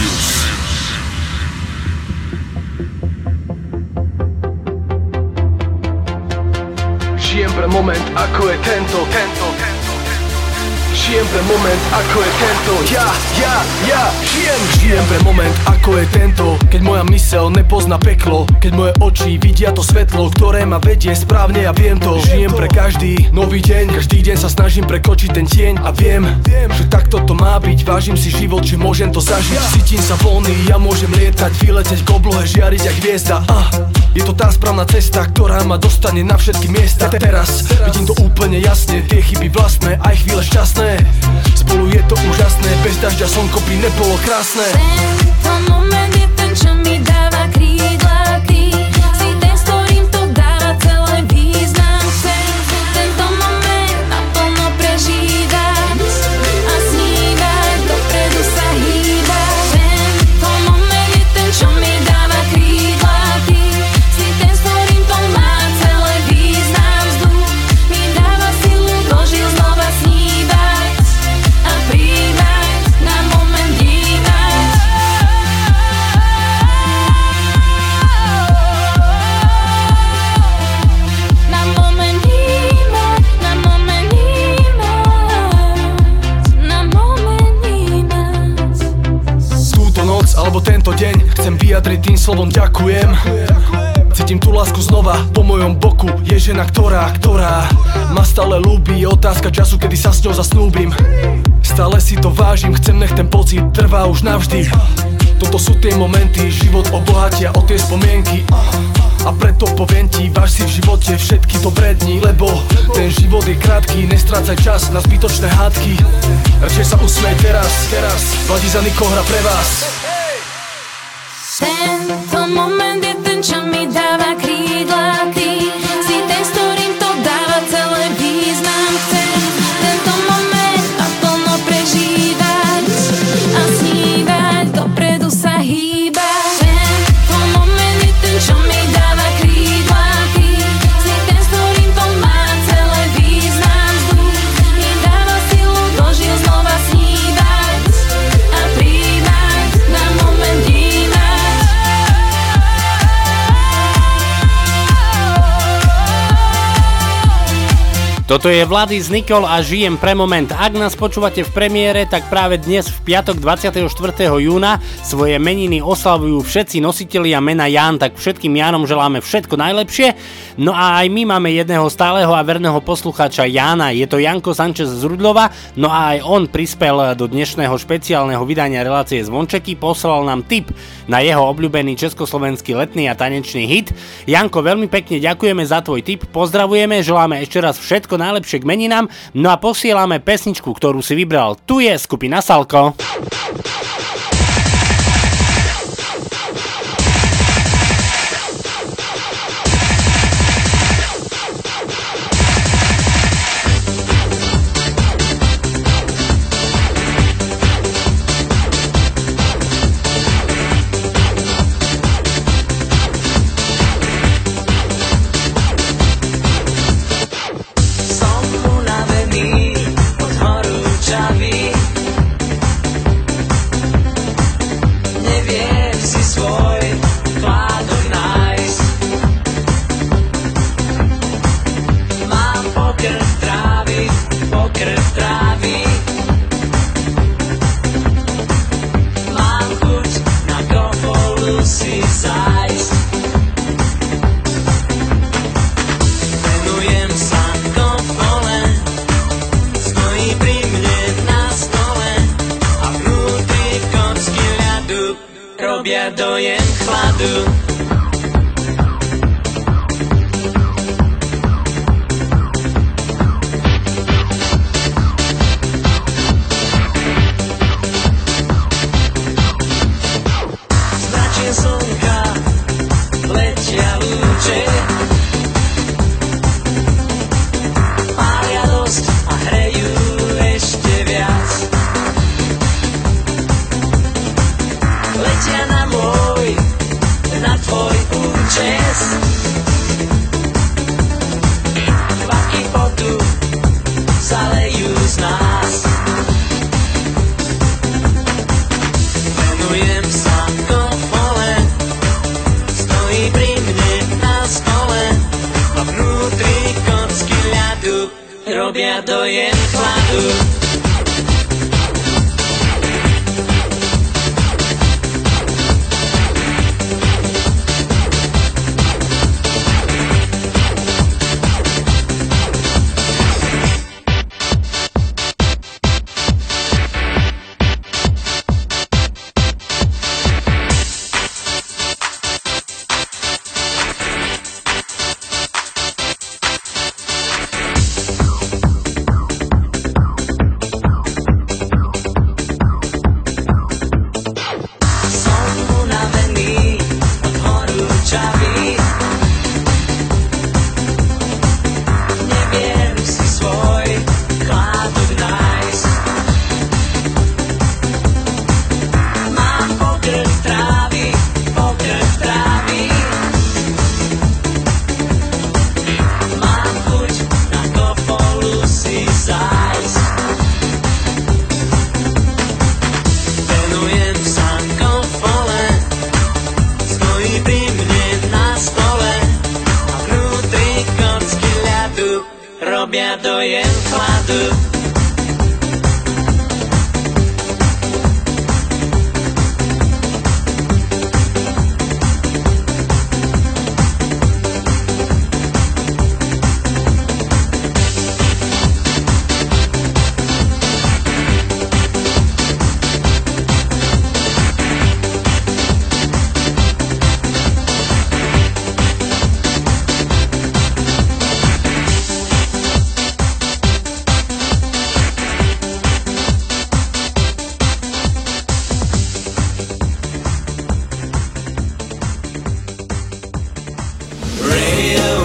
Žijem pre moment, ako je tento, tento, tento. Žijem pre moment, ako je tento. Ja, ja, ja, žijem. Žijem pre moment, ako je tento. Keď moja myseľ nepozná peklo, keď moje oči vidia to svetlo, ktoré ma vedie správne, ja viem to. Žijem pre každý nový deň, každý deň sa snažím prekočiť ten tieň a viem, že takto to má byť. Vážim si život, že môžem to zažiť. Cítim sa voľný, ja môžem lietať, vyletieť k oblohe, žiariť jak hviezda. Ah, je to tá správna cesta, ktorá ma dostane na všetky miesta. Teraz vidím to úplne jasne, tie chyby vlastné, aj chvíle šťastné. Spolu je to úžasné, bez dažďa slnko by nebolo krásne. Tento moment je ten, čo alebo tento deň chcem vyjadriť tým slovom ďakujem. Cítim tú lásku znova, po mojom boku je žena, ktorá, ktorá ma stále ľúbi. Je otázka času, kedy sa s ňou zasnúbim. Stále si to vážim, chcem, nech ten pocit trvá už navždy. Toto sú tie momenty, život obohatia o tie spomienky. A preto poviem ti, váž si v živote všetky dobré dni, lebo ten život je krátky, nestrácaj čas na zbytočné hádky. Radšej sa usmej teraz, teraz, Vladiza Niko hra pre vás. Tento moment je ten, čo mi dáva krídla. Ty si ten, s ktorým to dáva celé význam. Chcem tento moment naplno prežívať a snívať, dopredu sa hýbať. Tento moment je ten, čo mi dáva krídla. Ty si ten, s ktorým to má celé význam. Vzduch mi dáva silu, dožil znova snívať a príjmať na moment vnímať. Toto je Vladis Nikol a Žijem pre moment. Ak nás počúvate v premiére, tak práve dnes v piatok dvadsiateho štvrtého júna svoje meniny oslavujú všetci nositelia mena Ján, tak všetkým Jánom želáme všetko najlepšie. No a aj my máme jedného stáleho a verného poslucháča Jána, je to Janko Sanchez z Rudlova, no a aj on prispel do dnešného špeciálneho vydania relácie Zvončeky, poslal nám tip na jeho obľúbený československý letný a tanečný hit. Janko, veľmi pekne ďakujeme za tvoj tip, pozdravujeme, želáme ešte raz všetko najlepšie k meninám, no a posielame pesničku, ktorú si vybral. Tu je skupina Salko.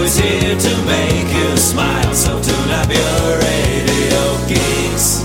always here to make you smile. So tune up your radio geeks.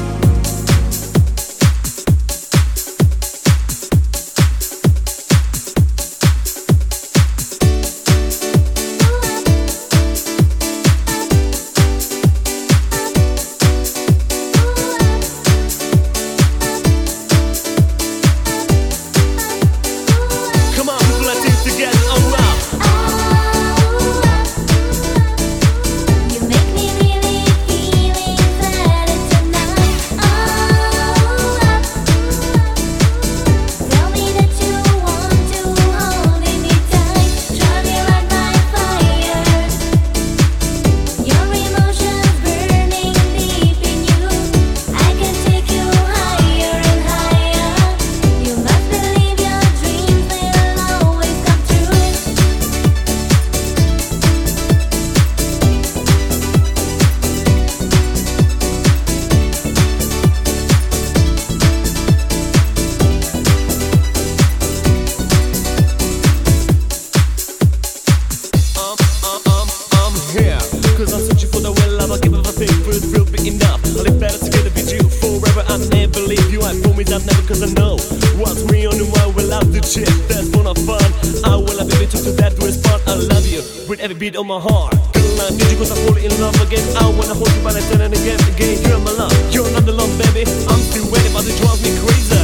Beat on my heart. Girl, I need you cause I fall in love again. I wanna hold you by the turn and again, again. You're my love, you're not the love, baby. I'm still waiting, but it drives me crazy.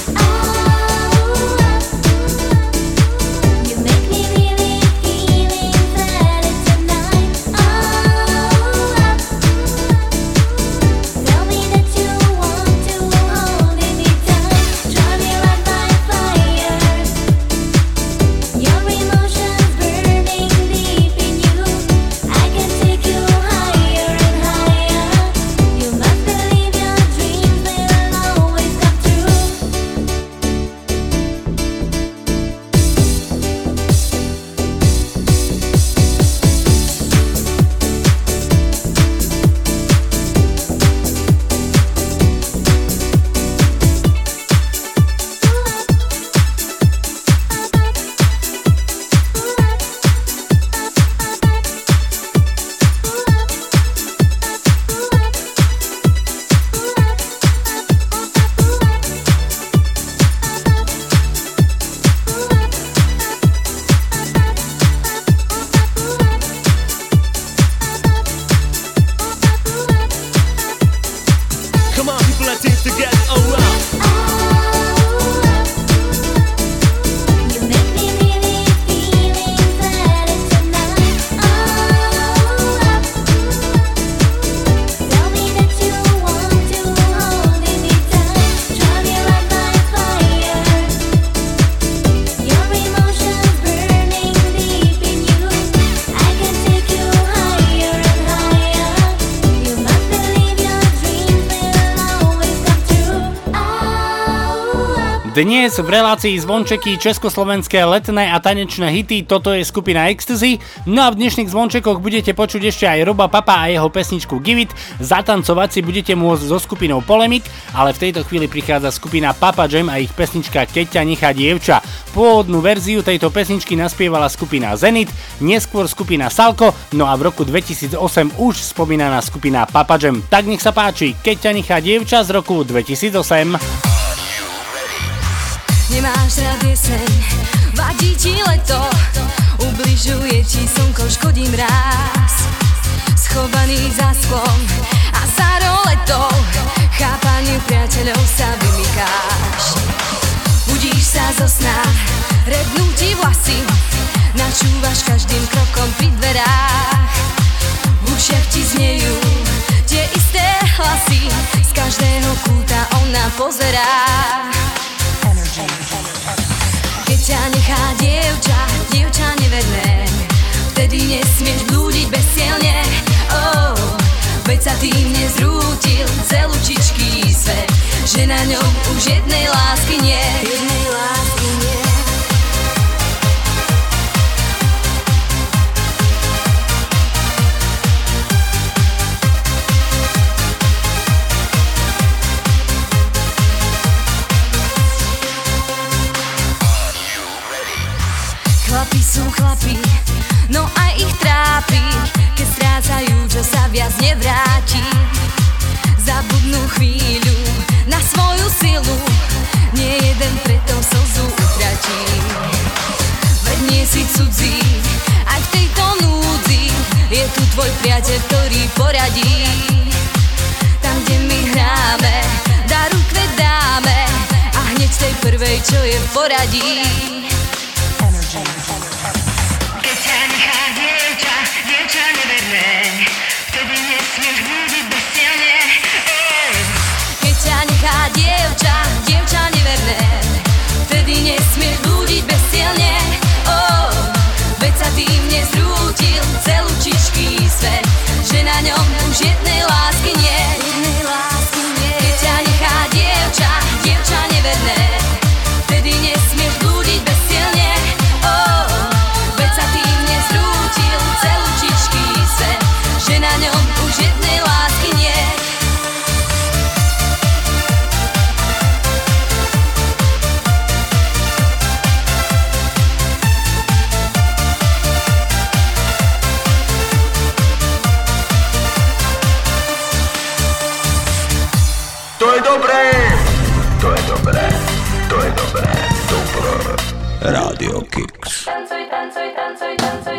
Dnes v relácii Zvončeky československé letné a tanečné hity, toto je skupina Ecstasy. No a v dnešných zvončekoch budete počuť ešte aj Roba Papa a jeho pesničku Give It. Zatancovať si budete môcť so skupinou Polemik, ale v tejto chvíli prichádza skupina Papa Jam a ich pesnička Keď ťa nechá dievča. Pôvodnú verziu tejto pesničky naspievala skupina Zenit, neskôr skupina Salko, no a v roku dvetisícosem už spomínaná skupina Papa Jam. Tak nech sa páči, Keď ťa nechá dievča z roku dvetisícosem. Nemáš rád jeseň, vadí ti leto, ubližuje ti slnko, škodí mráz. Schovaný za sklom a za roletou, chápaniu priateľov sa vymykáš. Budíš sa zo sna, rednú ti vlasy, načúvaš každým krokom pri dverách. V ušiach ti znejú tie isté hlasy, z každého kúta ona pozerá. Keď ťa nechá dievča, dievča neverné, vtedy nesmieš blúdiť bezcielne. Oh, veď sa tým nezrútil celúčičký svet, že na ňom už jednej lásky nie. Jednej lásky nie. Chlapi sú chlapi, no aj ich trápi, keď strácajú, čo sa viac nevráti. Zabudnú chvíľu na svoju silu, nie jeden preto slzu utratí. Veď nie si cudzí, aj v tejto núdzi je tu tvoj priateľ, ktorý poradí. Tam, kde my hráme, daru kvet dáme a hneď z tej prvej, čo je v poradí. Keď ťa nechá dievča, dievča neverné, vtedy nesmieš blúdiť bezcielne. Keď ťa nechá dievča, dievča neverné, vtedy nesmieš blúdiť bezcielne. Oh, veď sa tým nezrútil celúčičký svet, že na ňom už jednej lásky nie. Keď ťa nechá dievča, dievča neverné, vtedy nesmieš blúdiť bezcielne. Oh, veď sa tým nezrútil celúčičký svet, že na ňom už jednej lásky nie. To je dobré, to je dobré, to je dobré, dobro. Radio Kicks. Tancuj, tancuj, tancuj, tancuj.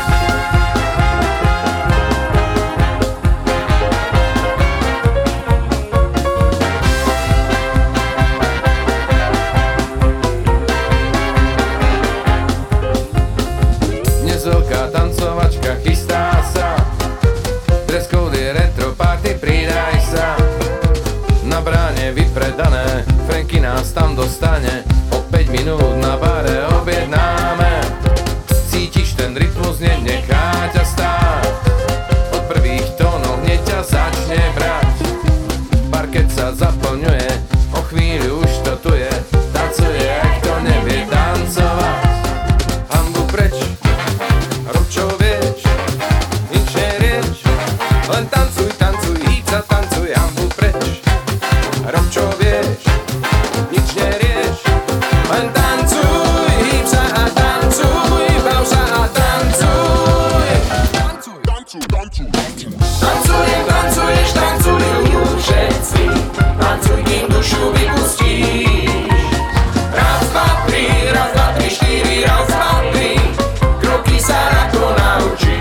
Dnes veľká tancovačka chystá sa, dress code je retro party, pridaj sa. Na bráne vypredané, Franky nás tam dostane, o päť minút na bare objednáme. Cítiš ten rytmus, nenechá ťa stáť, od prvých tónov hneď ťa začne brať. Parket sa zaplňuje, o chvíľu už to tu je, tancuje, ak to nevie tancovať. Hanbu preč, rob čo vieš, nič nerieč, len tancuj, tancuj, íď sa tancuj, hanbu preč. Rob čo vieš, nič nerieš, len tancuj, hýb sa a tancuj, bav sa a tancuj. Tancuj, tancuj, tancuj, tancuj. Tancujem, tancuješ, tancujú všetci, tancuj, kým dušu vypustíš. Raz, dva, tri, raz, dva, tri, štyri, raz, dva, tri, kroky sa ľahko naučíš.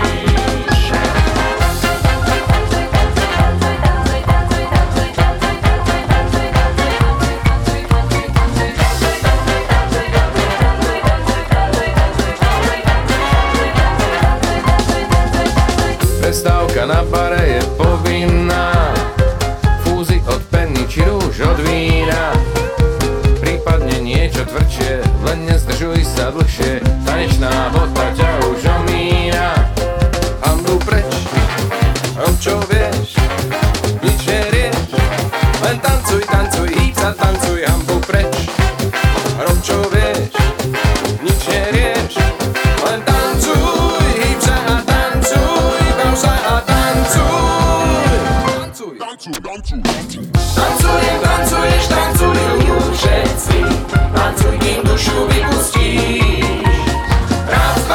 Prestávka na bare je povinná, fúzy od penny či rúž od vína. Prípadne niečo tvrdšie, len nezdržuj sa dlhšie, tanečná bota ťa už omína. Hanbu preč, rob čo vieš, nič nerieš, len tancuj, tancuj, hýb sa, tancuj, hanbu preč. Rob čo vieš, nič nerieš, len tancuj, hýb sa a tancuj, bav sa a tancuj. Tancuj, tancuj, tancuj, tancuj. Tancujem, tancuješ, tancujú všetci, tancuj, kým dušu vypustíš. Raz,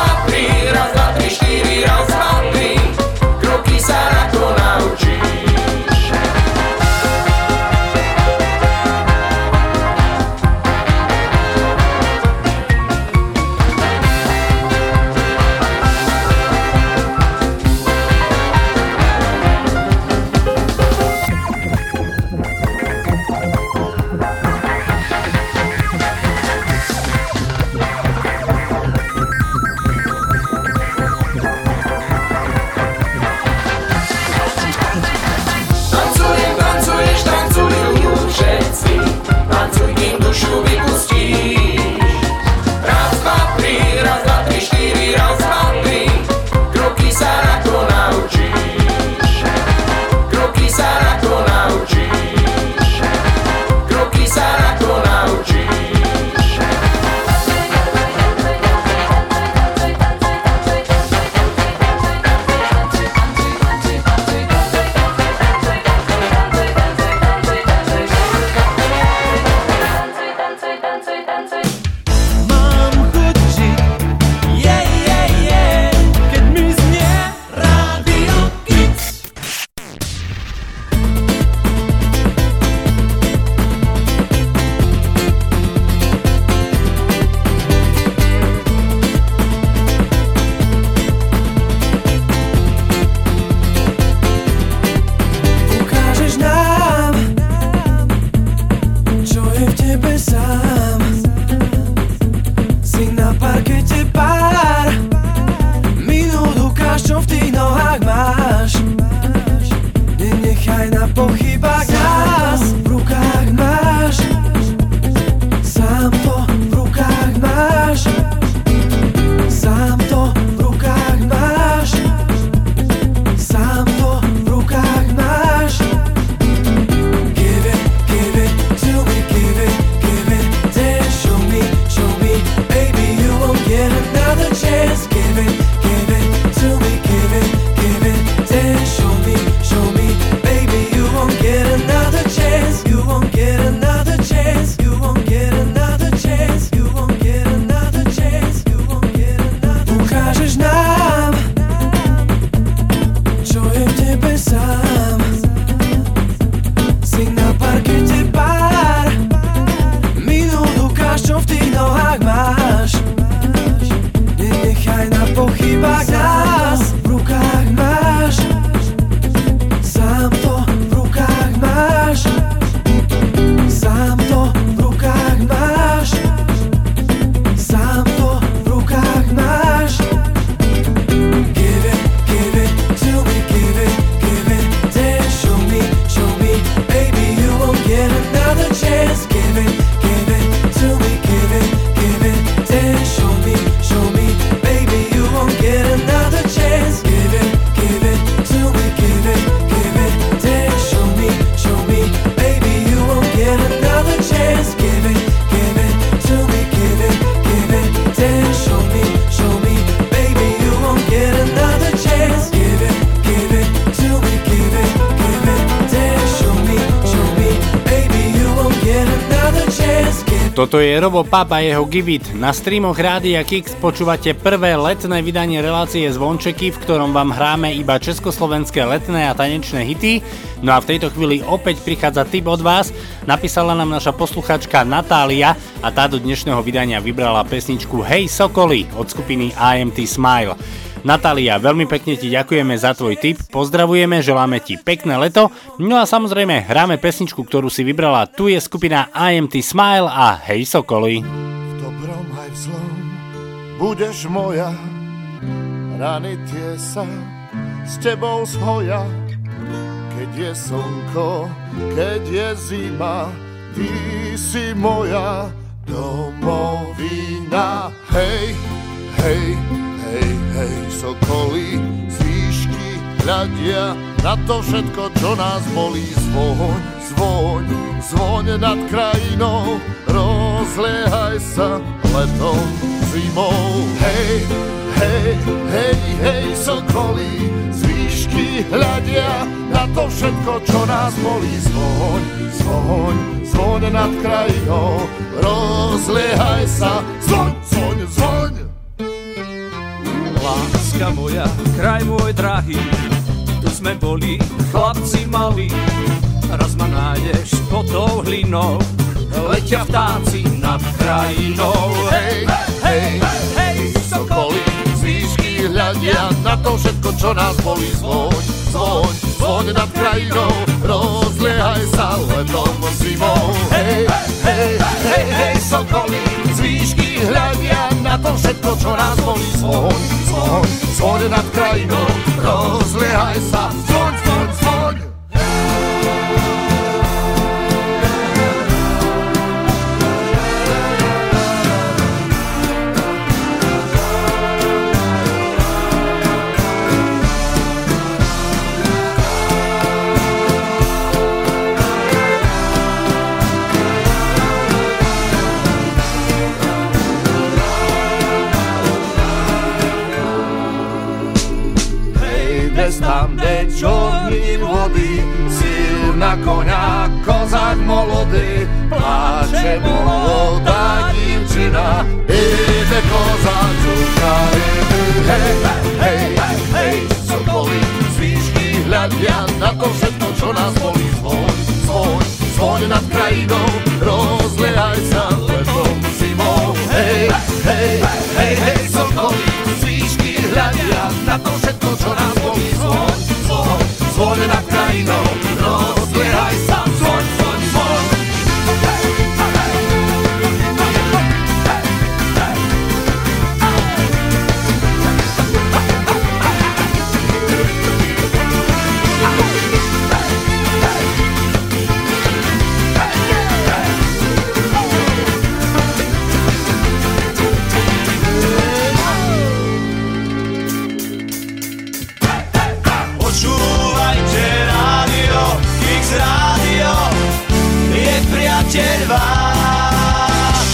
Toto je Robo Pap a jeho Give It. Na streamoch Rádia Kix počúvate prvé letné vydanie relácie Zvončeky, v ktorom vám hráme iba československé letné a tanečné hity. No a v tejto chvíli opäť prichádza tip od vás. Napísala nám naša posluchačka Natália a tá do dnešného vydania vybrala pesničku Hej Sokoli od skupiny I M T Smile. Natália, veľmi pekne ti ďakujeme za tvoj tip, pozdravujeme, želáme ti pekné leto, no a samozrejme hráme pesničku, ktorú si vybrala, tu je skupina I M T Smile a Hej Sokoli. V dobrom aj v zlom budeš moja, rany tie sa s tebou zhoja, keď je slnko, keď je zima, ty si moja domovina. Hej, hej, hej, hej, sokoli z výšky hľadia na to všetko, čo nás bolí. Zvoň, zvoň, zvoň nad krajinou, rozliehaj sa letom, zimou. Hej, hej, hej, hej, sokoli z výšky hľadia na to všetko, čo nás bolí. Zvoň, zvoň, zvoň nad krajinou, rozliehaj sa, zvoň, zvoň, zvoň. Láska moja, kraj môj drahý, tu sme boli chlapci malí. Raz ma nájdeš pod tou hlinou, letia vtáci nad krajinou. Hej, hej, hej, sokoli z výšky hľadia na to všetko, čo nás bolí. Zvoň, zvoň, zvoň nad krajinou, rozliehaj sa letom, zimou. Hej, hej, hej, hej, sokoli z výšky hľadia na to všetko, čo nás bolí. Zvoň, zvoň, zvoň nad krajinou, rozliehaj sa, zvoň, zvoň, zvoň. Tam, kde čorní vody, silná koňa, kozák molody, pláče molodá divčina, ide kozáčuka, hej, hej, hej, sokoli z výšky hľadia na to všetko, čo nás bolí. Zvoň, zvoň, zvoň nad krajinou, rozliehaj sa letom, zimou. Hej, hej, hej, hej, sokoli z výšky hľadia na to všetko, čo nás bolí. Zvoň, zvoň, zvoň nad krajinou, rozliehaj sa, zvoň, zvoň, zvoň. Priateľ váš.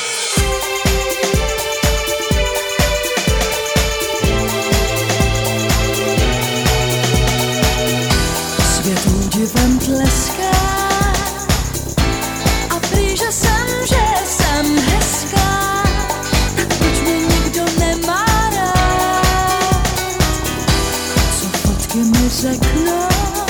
Svět údivem tleská a prý, že jsem, že jsem hezká, tak proč mě nikdo nemá rád? Co fotky mi řeknou,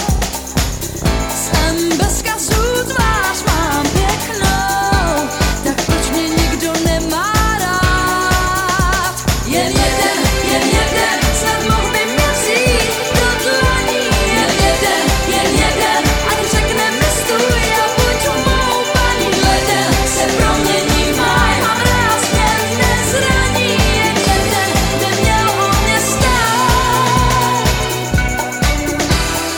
jsem bez kazu, tvář mám pěknou, tak proč mě nikdo nemá rád? Jen jeden, jen jeden, snad mohl by mě vzít do dlaní. Jen jeden, jen jeden, ať řekne mi stůj a buď mou paní. Leden se promění v máj, mám rád směr nezraní. Jen jeden neměl o mě stát.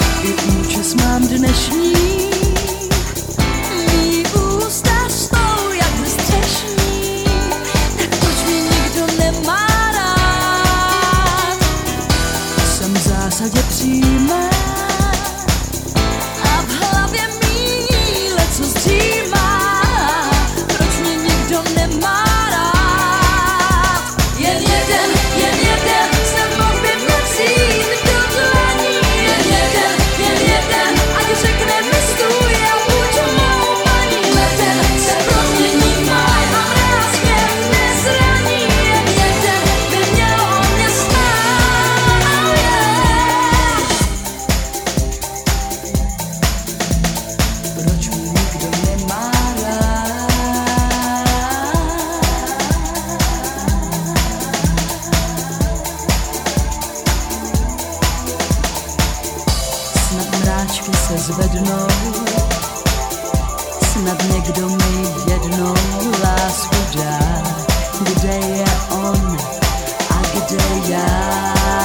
zvednou. Snad někdo mi jednou lásku dá. Kde je on a kde já?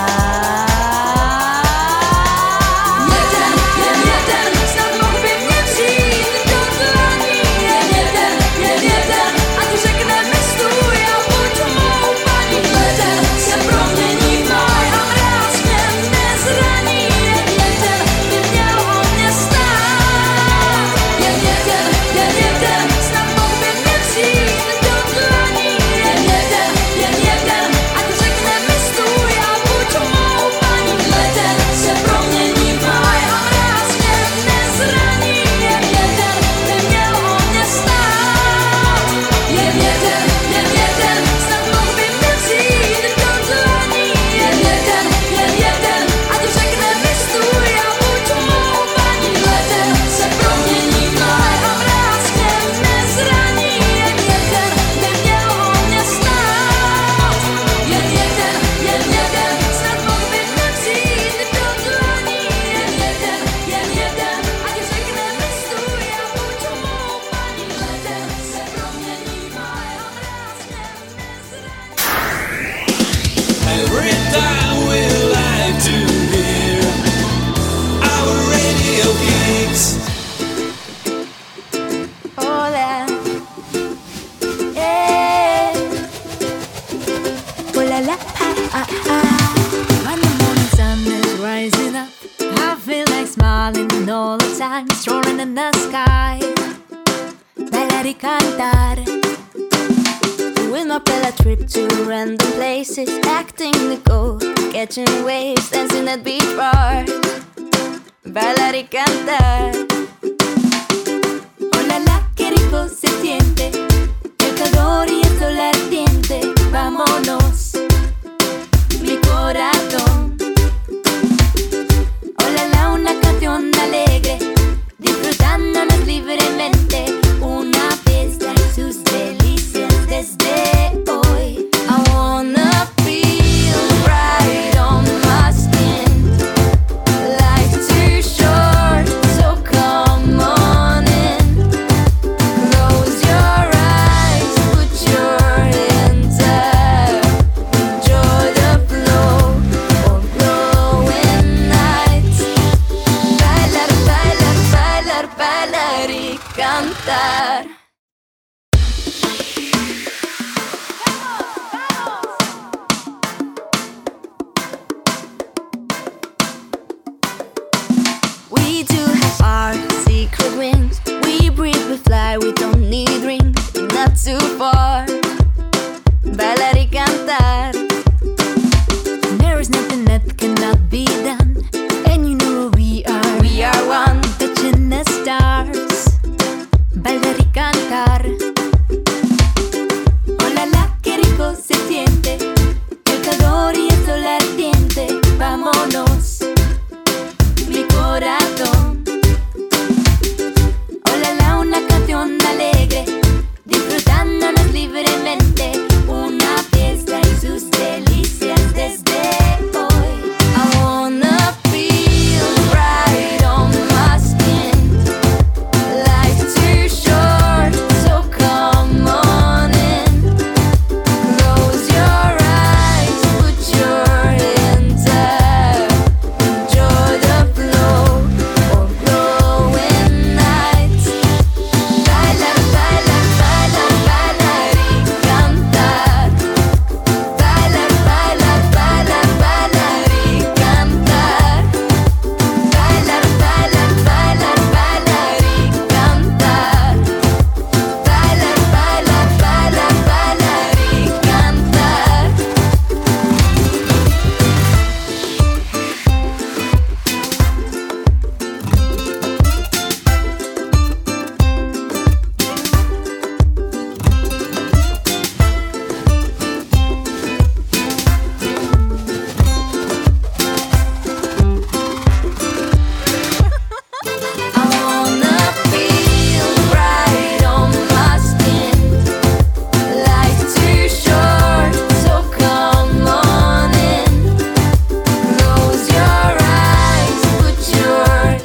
Catching waves, dancing at beach bar. Bailar y cantar. Hola, la que rico se siente. El calor y el sol ardiente. Vámonos, mi corazón. Hola, la una canción alegre. Disfrutándonos libremente. Una fiesta y sus delicias desde hoy. I wanna feel right on my skin. Life's too short, so come on in. Close your eyes, put your hands up.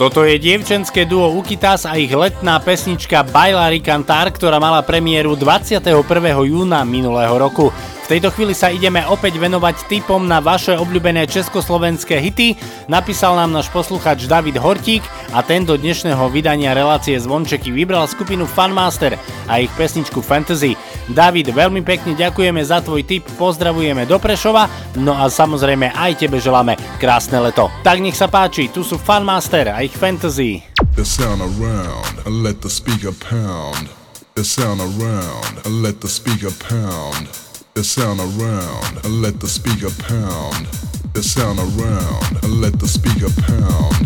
Toto je dievčenské duo Ukitas a ich letná pesnička Bailar y Cantar, ktorá mala premiéru dvadsiateho prvého júna minulého roku. V tejto chvíli sa ideme opäť venovať tipom na vaše obľúbené československé hity. Napísal nám náš posluchač David Hortík a ten do dnešného vydania relácie Zvončeky vybral skupinu Funmaster a ich pesničku Fantasy. David, veľmi pekne ďakujeme za tvoj tip, pozdravujeme do Prešova, no a samozrejme aj tebe želáme krásne leto. Tak nech sa páči, tu sú Funmaster a ich Fantasy. The sound around, let the speaker pound. The sound around, let the speaker pound. The sound around, let the speaker pound. The sound around, let the speaker pound.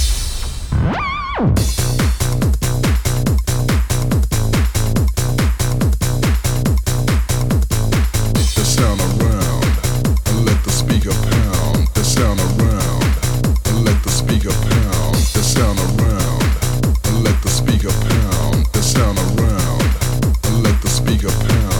The sound around, let the speaker pound. The sound around, let the speaker pound. The sound around, let the speaker pound. The sound around, let the speaker pound.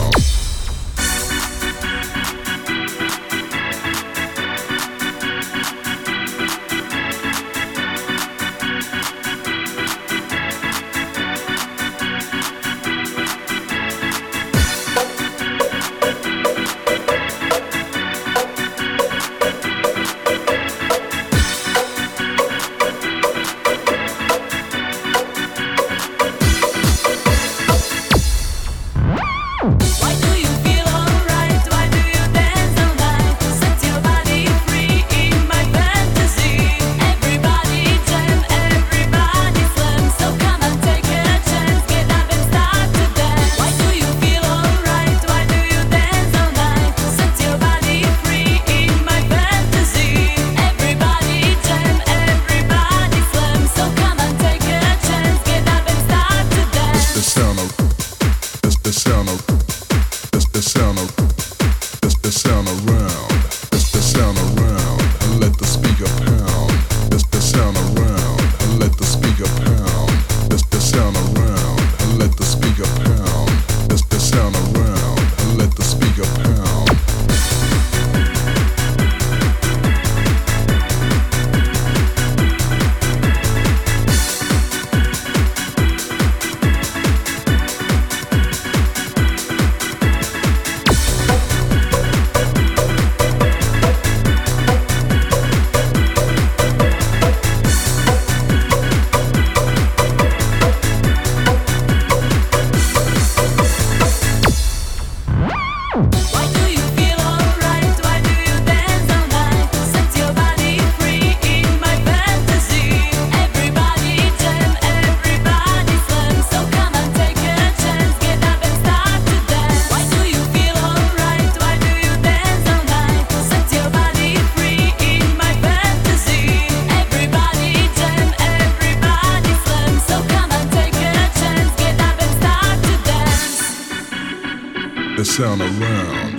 The sound around.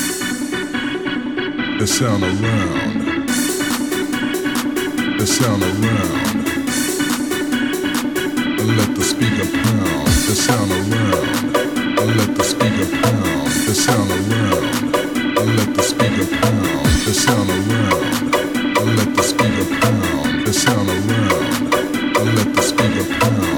The sound around. The sound around. Let the speaker pound. The sound around. Let the speaker pound. The sound around. Let the speaker pound. The sound around. Let the speaker pound. The sound around. Let the speaker pound.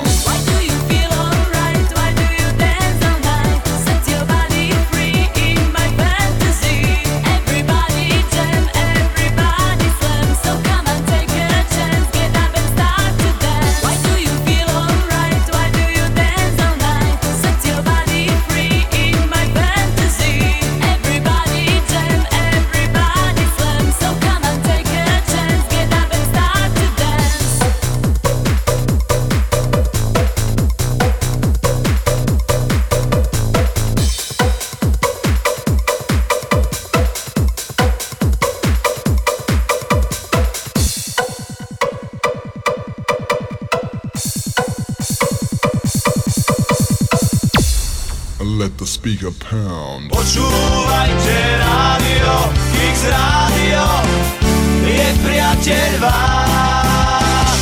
Let the speaker pound. Počúvajte rádio, Kix rádio, je priateľ váš.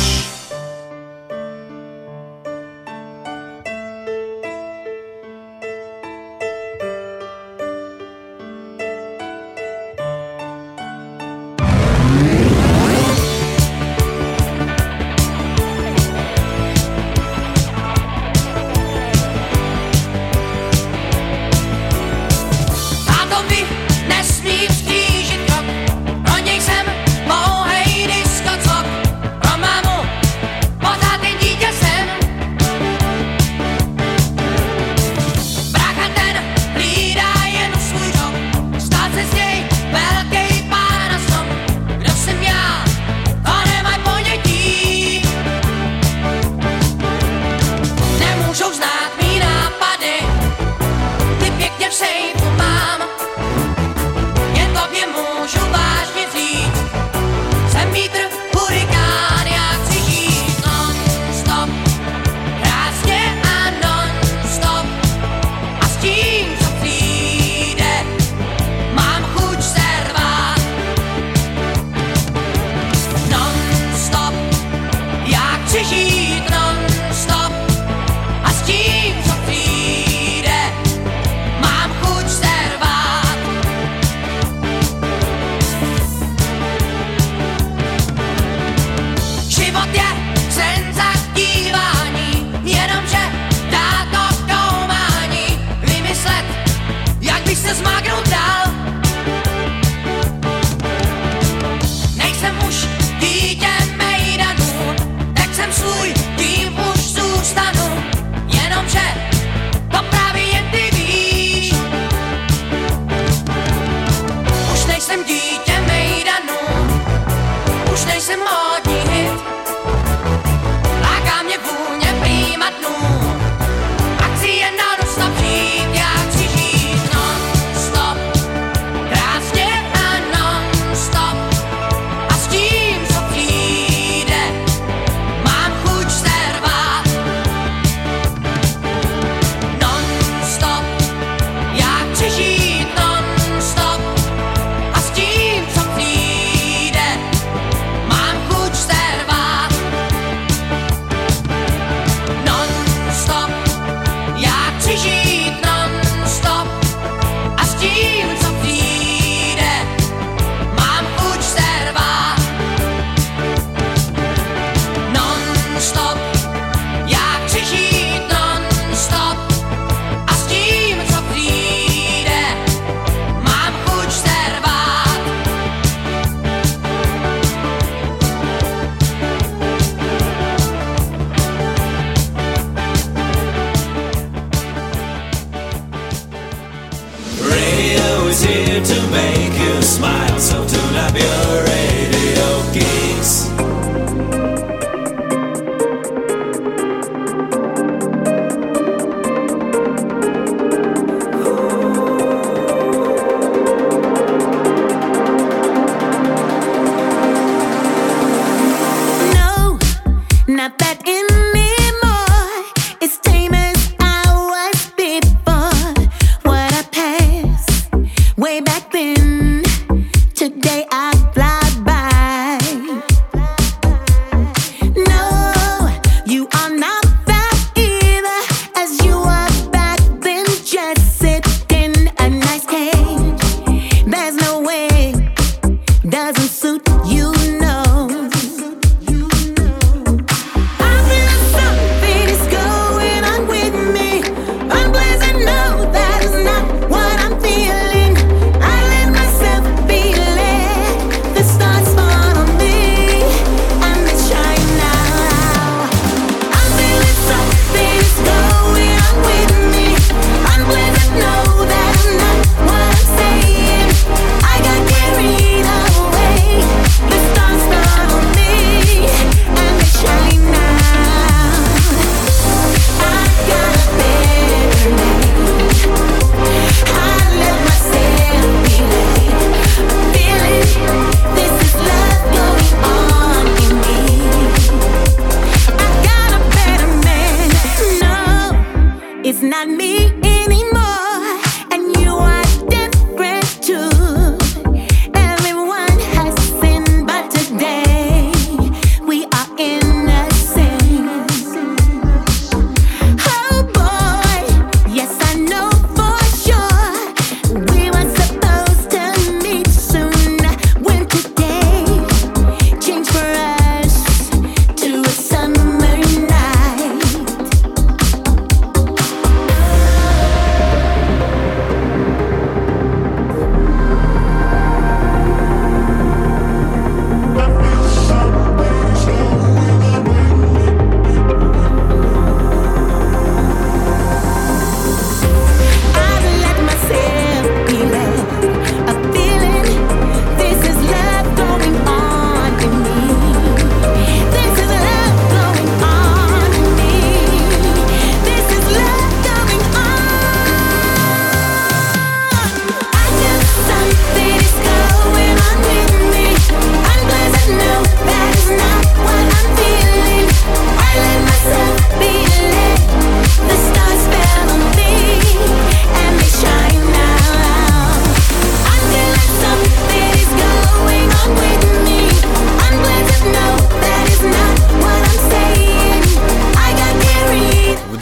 Velkej pán na stop, kdo jsem já, to nemaj ponětí. Nemůžou znát mý nápady, ty pěkně v sejfu mám. Jen tobě můžu vážně říct, jsem vítr, hurikán, já chci žít non-stop, krásně a non-stop. A s tím, co přijde, mám chuť se rvát.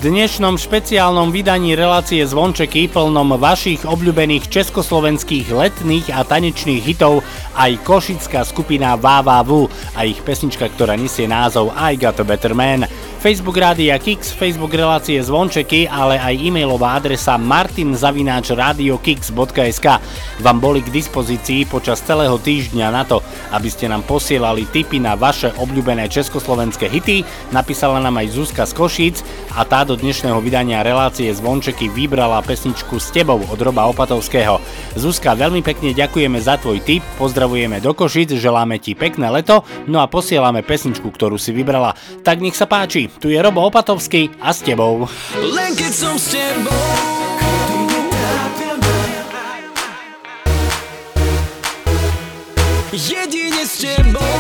dnešnom špeciálnom vydaní relácie Zvončeky plnom vašich obľúbených československých letných a tanečných hitov aj košická skupina www a ich pesnička, ktorá nesie názov I Got a Better Man. Facebook Rádia Kix, Facebook relácie Zvončeky, ale aj e-mailová adresa martin zavináč radio kix bodka es ká vám boli k dispozícii počas celého týždňa na to, aby ste nám posielali tipy na vaše obľúbené československé hity. Napísala nám aj Zuzka z Košíc a tá do dnešného vydania relácie Zvončeky vybrala pesničku S tebou od Roba Opatovského. Zuzka, veľmi pekne ďakujeme za tvoj tip, pozdravujeme do Košíc, želáme ti pekné leto, no a posielame pesničku, ktorú si vybrala. Tak nech sa páči. Tu je Robo Opatovský a S tebou. Len keď som s tebou, jedine s tebou,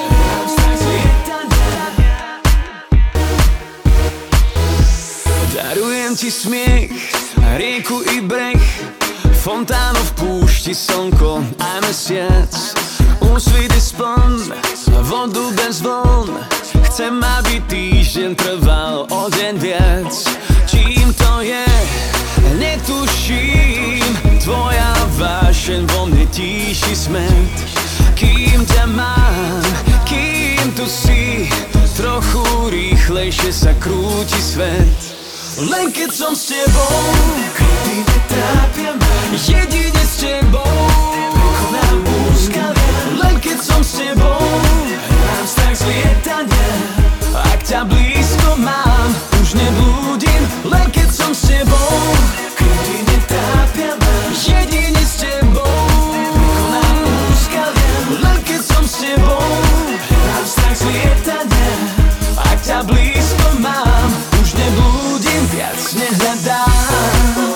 darujem ti smiech, rieku i breh, fontánu v púšti, slnko a mesiac, úsvity spln, vodu bez vln. Chcem, aby týždeň trval o deň viac. Čím to je, netuším. Tvoja vášeň vo mne tíši smet. Kým ťa mám, kým tu si, trochu rýchlejšie sa krúti svet. Len keď som s tebou, kedy netrápia ma, jedine s tebou prekonám úskalia. Len keď som s tebou, hrám strach z lietania. Ak ťa blízko mám, už neblúdim. Len keď som s tebou, kedy netrápia ma, jedine s tebou prekonám úskalia. Len keď som s tebou, hrám strach z lietania. Ak ťa blízko mám, už neblúdim, viac nehľadám.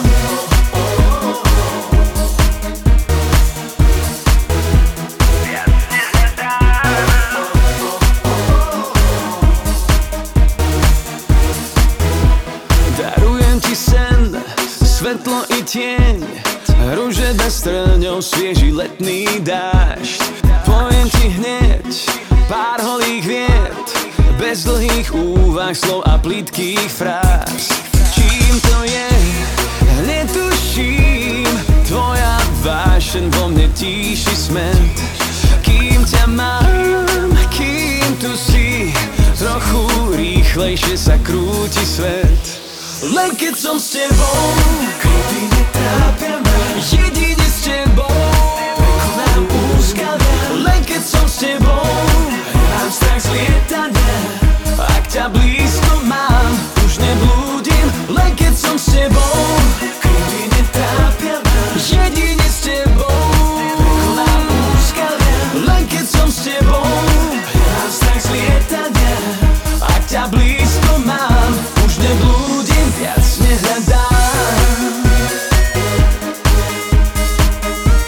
Svetlo i tieň, rúže bez trňov, svieži letný dážď. Poviem ti hneď pár holých viet, bez dlhých úvah, slov a plytkých fráz. Čím to je, netuším. Tvoja vášeň vo mne tíši smet. Kým ťa mám, kým tu si, trochu rýchlejšie sa krúti svet. Len keď som s tebou, kedy netrápia ma, jedine s tebou prekonám úskalia. Len keď som s tebou, hrám strach z lietania. Ak ťa blízko mám, už neblúdim. Len keď som s tebou, kedy netrápia ma, jedine s tebou prekonám úskalia. Len keď som s tebou, hrám strach z lietania. Ak ťa blízko mám, už neblúdim, viac nehľadám.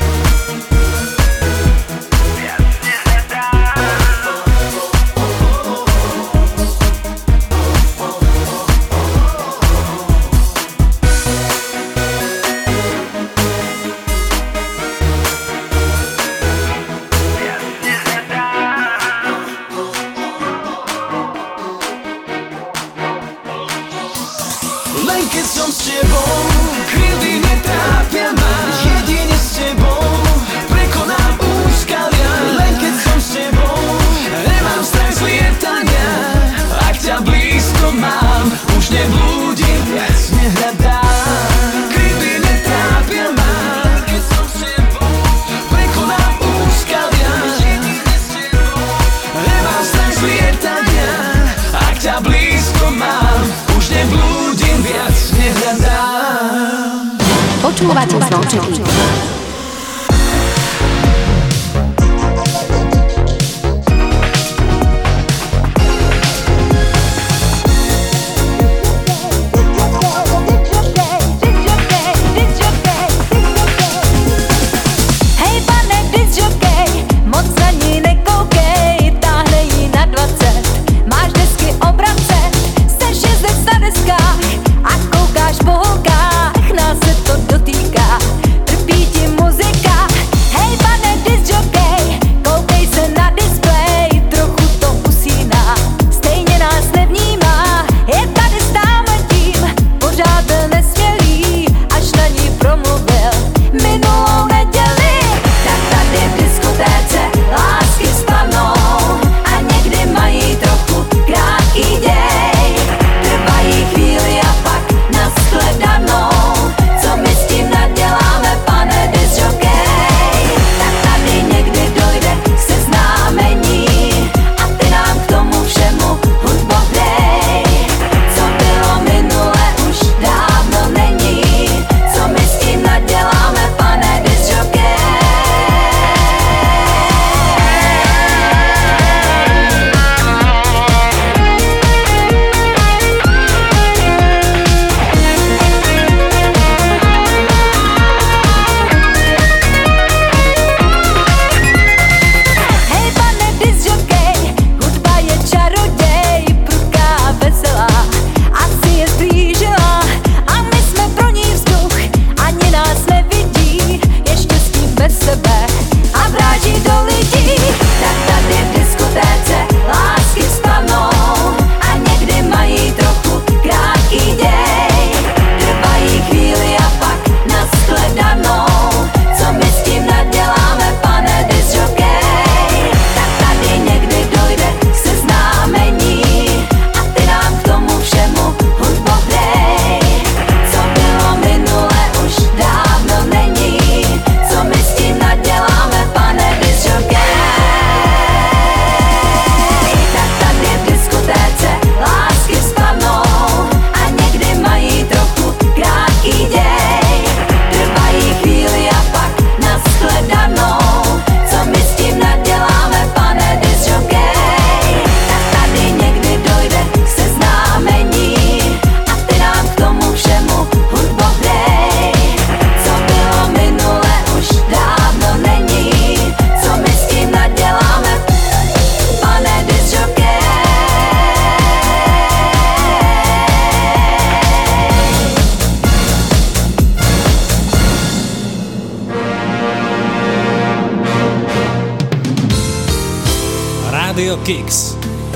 Radio Kicks.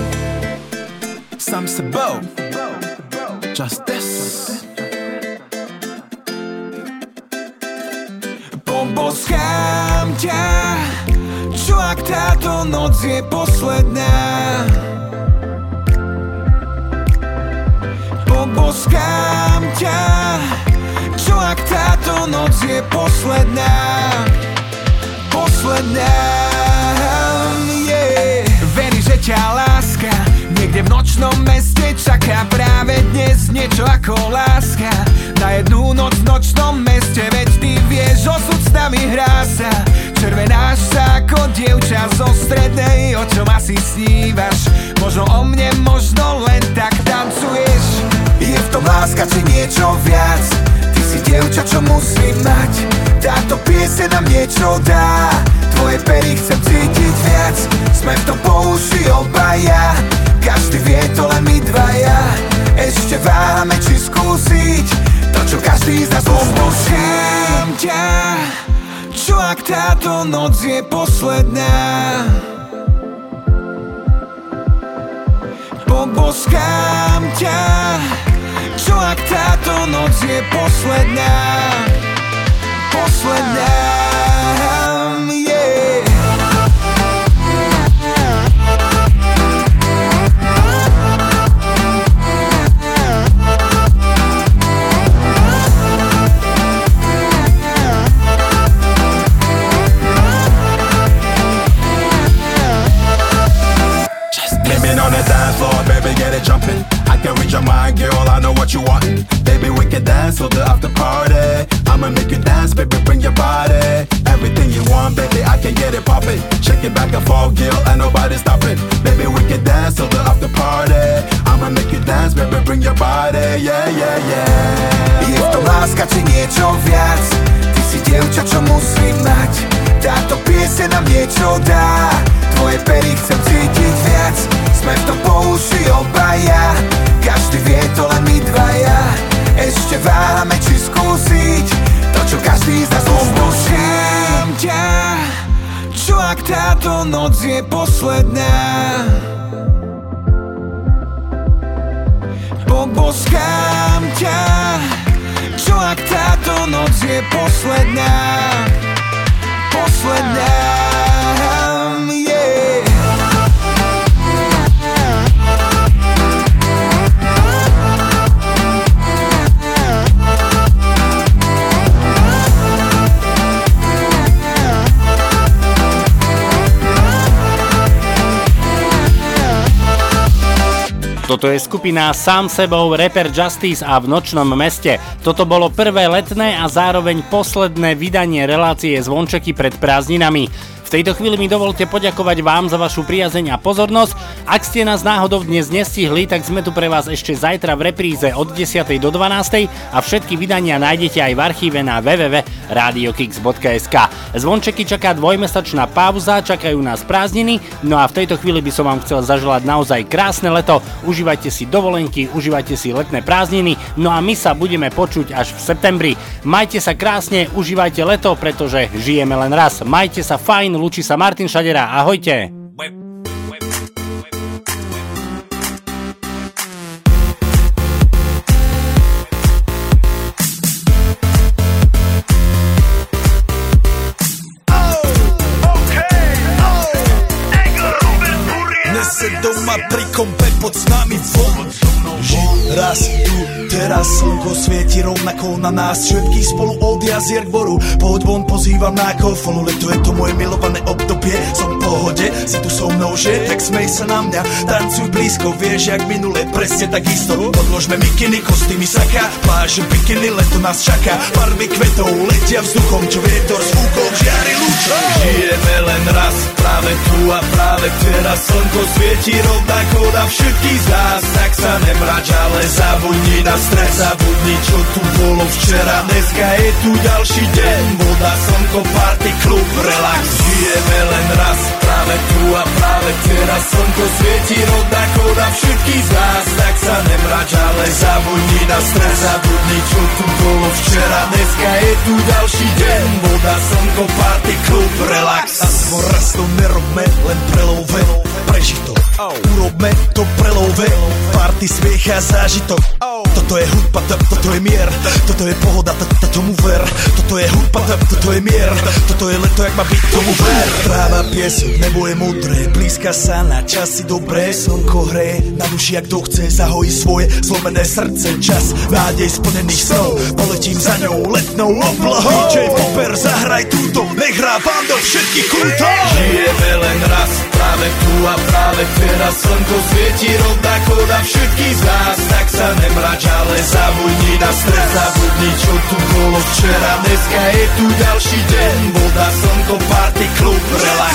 Sám sebou. Justice. Poboskám ťa, čo ak táto noc je posledná? Poboskám ťa, čo ak táto noc je posledná? Posledná, yeah. Veríš, že ťa láska niekde v nočnom meste čaká práve dnes niečo ako láska. Na jednu noc v nočnom meste, veď ty vieš, osud s nami hrá sa. Červenáš sa ako dievča zo strednej, o čom asi snívaš. Možno o mne, možno len tak tancuješ. Je v tom láska či niečo viac? Ty si dievča, čo musím mať. Táto pieseň nám niečo dá. Tvoje pery chcem cítiť viac. Sme v tom po uši obaja. Každý vie to, len my dvaja. Ešte váhame, či skúsiť to, čo každý z nás poboskám ťa, čo ak táto noc je posledná? Poboskám ťa, čo ak táto noc je posledná? Posledná, yeah. On the dance floor, baby, get it jumping. I can read your mind, girl, I know what you want. Baby, we can dance till the after party. I'ma make you dance, baby, bring your body. Everything you want, baby, I can get it poppin'. Shake it back and forth, girl, and nobody stop it. Baby, we can dance till the after party. I'ma make you dance, baby, bring your body. Yeah, yeah, yeah. Je v tom láska či niečo viac? Ty si dievča, čo musím mať. Táto pieseň nám niečo dá. Tvoje pery chcem cítiť viac. Sme v tom po uši obaja. Každý vie to, len my dvaja. Ešte váhame, či skúsiť to, čo každý z nás poboskám ťa, čo ak táto noc je posledná? Poboskám ťa, čo ak táto noc je posledná? Posledná, yeah. Toto je skupina Sám sebou, rapper Justice a v nočnom meste. Toto bolo prvé letné a zároveň posledné vydanie relácie Zvončeky pred prázdninami. V tejto chvíli mi dovolte poďakovať vám za vašu priazeň a pozornosť. Ak ste nás náhodou dnes nestihli, tak sme tu pre vás ešte zajtra v repríze od desiatej do dvanástej a všetky vydania nájdete aj v archíve na w w w bodka radio kicks bodka es ka. Zvončeky čaká dvojmesačná pauza, čakajú nás prázdniny, no a v tejto chvíli by som vám chcel zaželať naozaj krásne leto. Užívajte si dovolenky, užívajte si letné prázdniny, no a my sa budeme počuť až v septembri. Majte sa krásne, užívajte leto, pretože žijeme len raz. Majte sa fajn, lúči sa Martin Šadera, ahojte. Nese doma pri kompe pod s nami von. Žiť raz tu, teraz slnko svieti rovnako na nás. Všetkých spolu od jazier k boru. Poď von, pozývam na kofolu. Leto je to moje milované obdobie. Som v pohode, si tu so mnou, že? Tak smej sa na mňa, tancuj blízko. Vieš, jak minule, presne tak isto. Odložme mikiny, kostýmy, saka. Pláže, bikiny, leto nás čaká. Farby kvetov letia vzduchom, čo vietor s fúkou žiari lúčom. Žijeme len raz, práve tu a práve teraz. Slnko svieti rovnako na všetkých z nás. Tak sa nemrač, ale zabudni na stres. Zabudni, čo tu bolo včera. Dneska je tu ďalší deň. Voda, slnko, party, klub, relax. Žijeme len raz, práve tu a práve teraz. Slnko svieti rovnako na všetkých z nás. Tak sa nemrač, ale zabudni na stres. Zabudni, čo tu bolo včera. Dneska je tu ďalší deň. Voda, slnko, party, klub, relax. Aspoň raz to nerobme, len pre love. Prežiť Urobme to prelove, party, smiech a zážitok. Toto je hudba, toto je mier, toto je pohoda, tomu ver. Toto je hudba, toto je mier, toto je leto, jak má byť, tomu ver. Tráva, piesok, nebo je modré, blízka sa na časy dobré. Slnko hreje na duši, jak to chce, zahojí svoje zlomené srdce. Čas nádej splnených snov, poletím za ňou letnou oblohou. dý džej Popper, zahraj túto, nech hrá vám do všetkých kľútov. Žijeme len raz, práve tu a práve teraz. Slnko svieti rovnako na všetkých z nás, tak sa nemrač, ale zabudni na stres, zabudni, čo tu bolo včera. Dneska je tu ďalší deň, voda, slnko, party, klub, relax.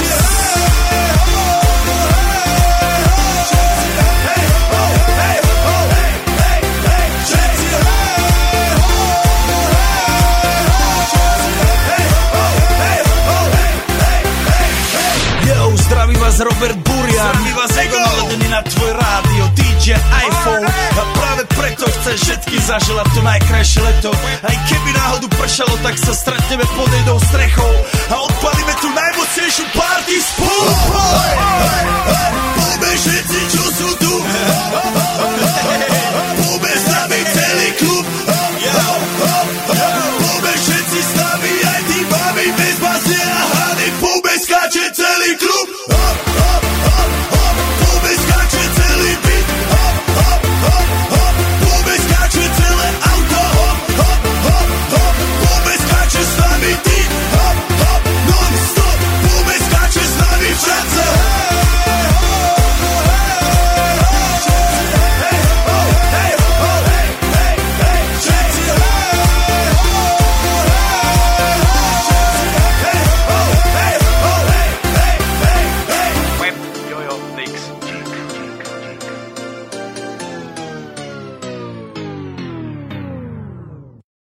Zdraví vás Robert Burian, zdraví vás Ego, naladený na tvoj rádio, dý džej iPhone. A práve preto chcem všetky zaželať to najkrajšie leto. Aj keby náhodu pršalo, tak sa stretneme pod jednou strechou a odpalíme tu najviac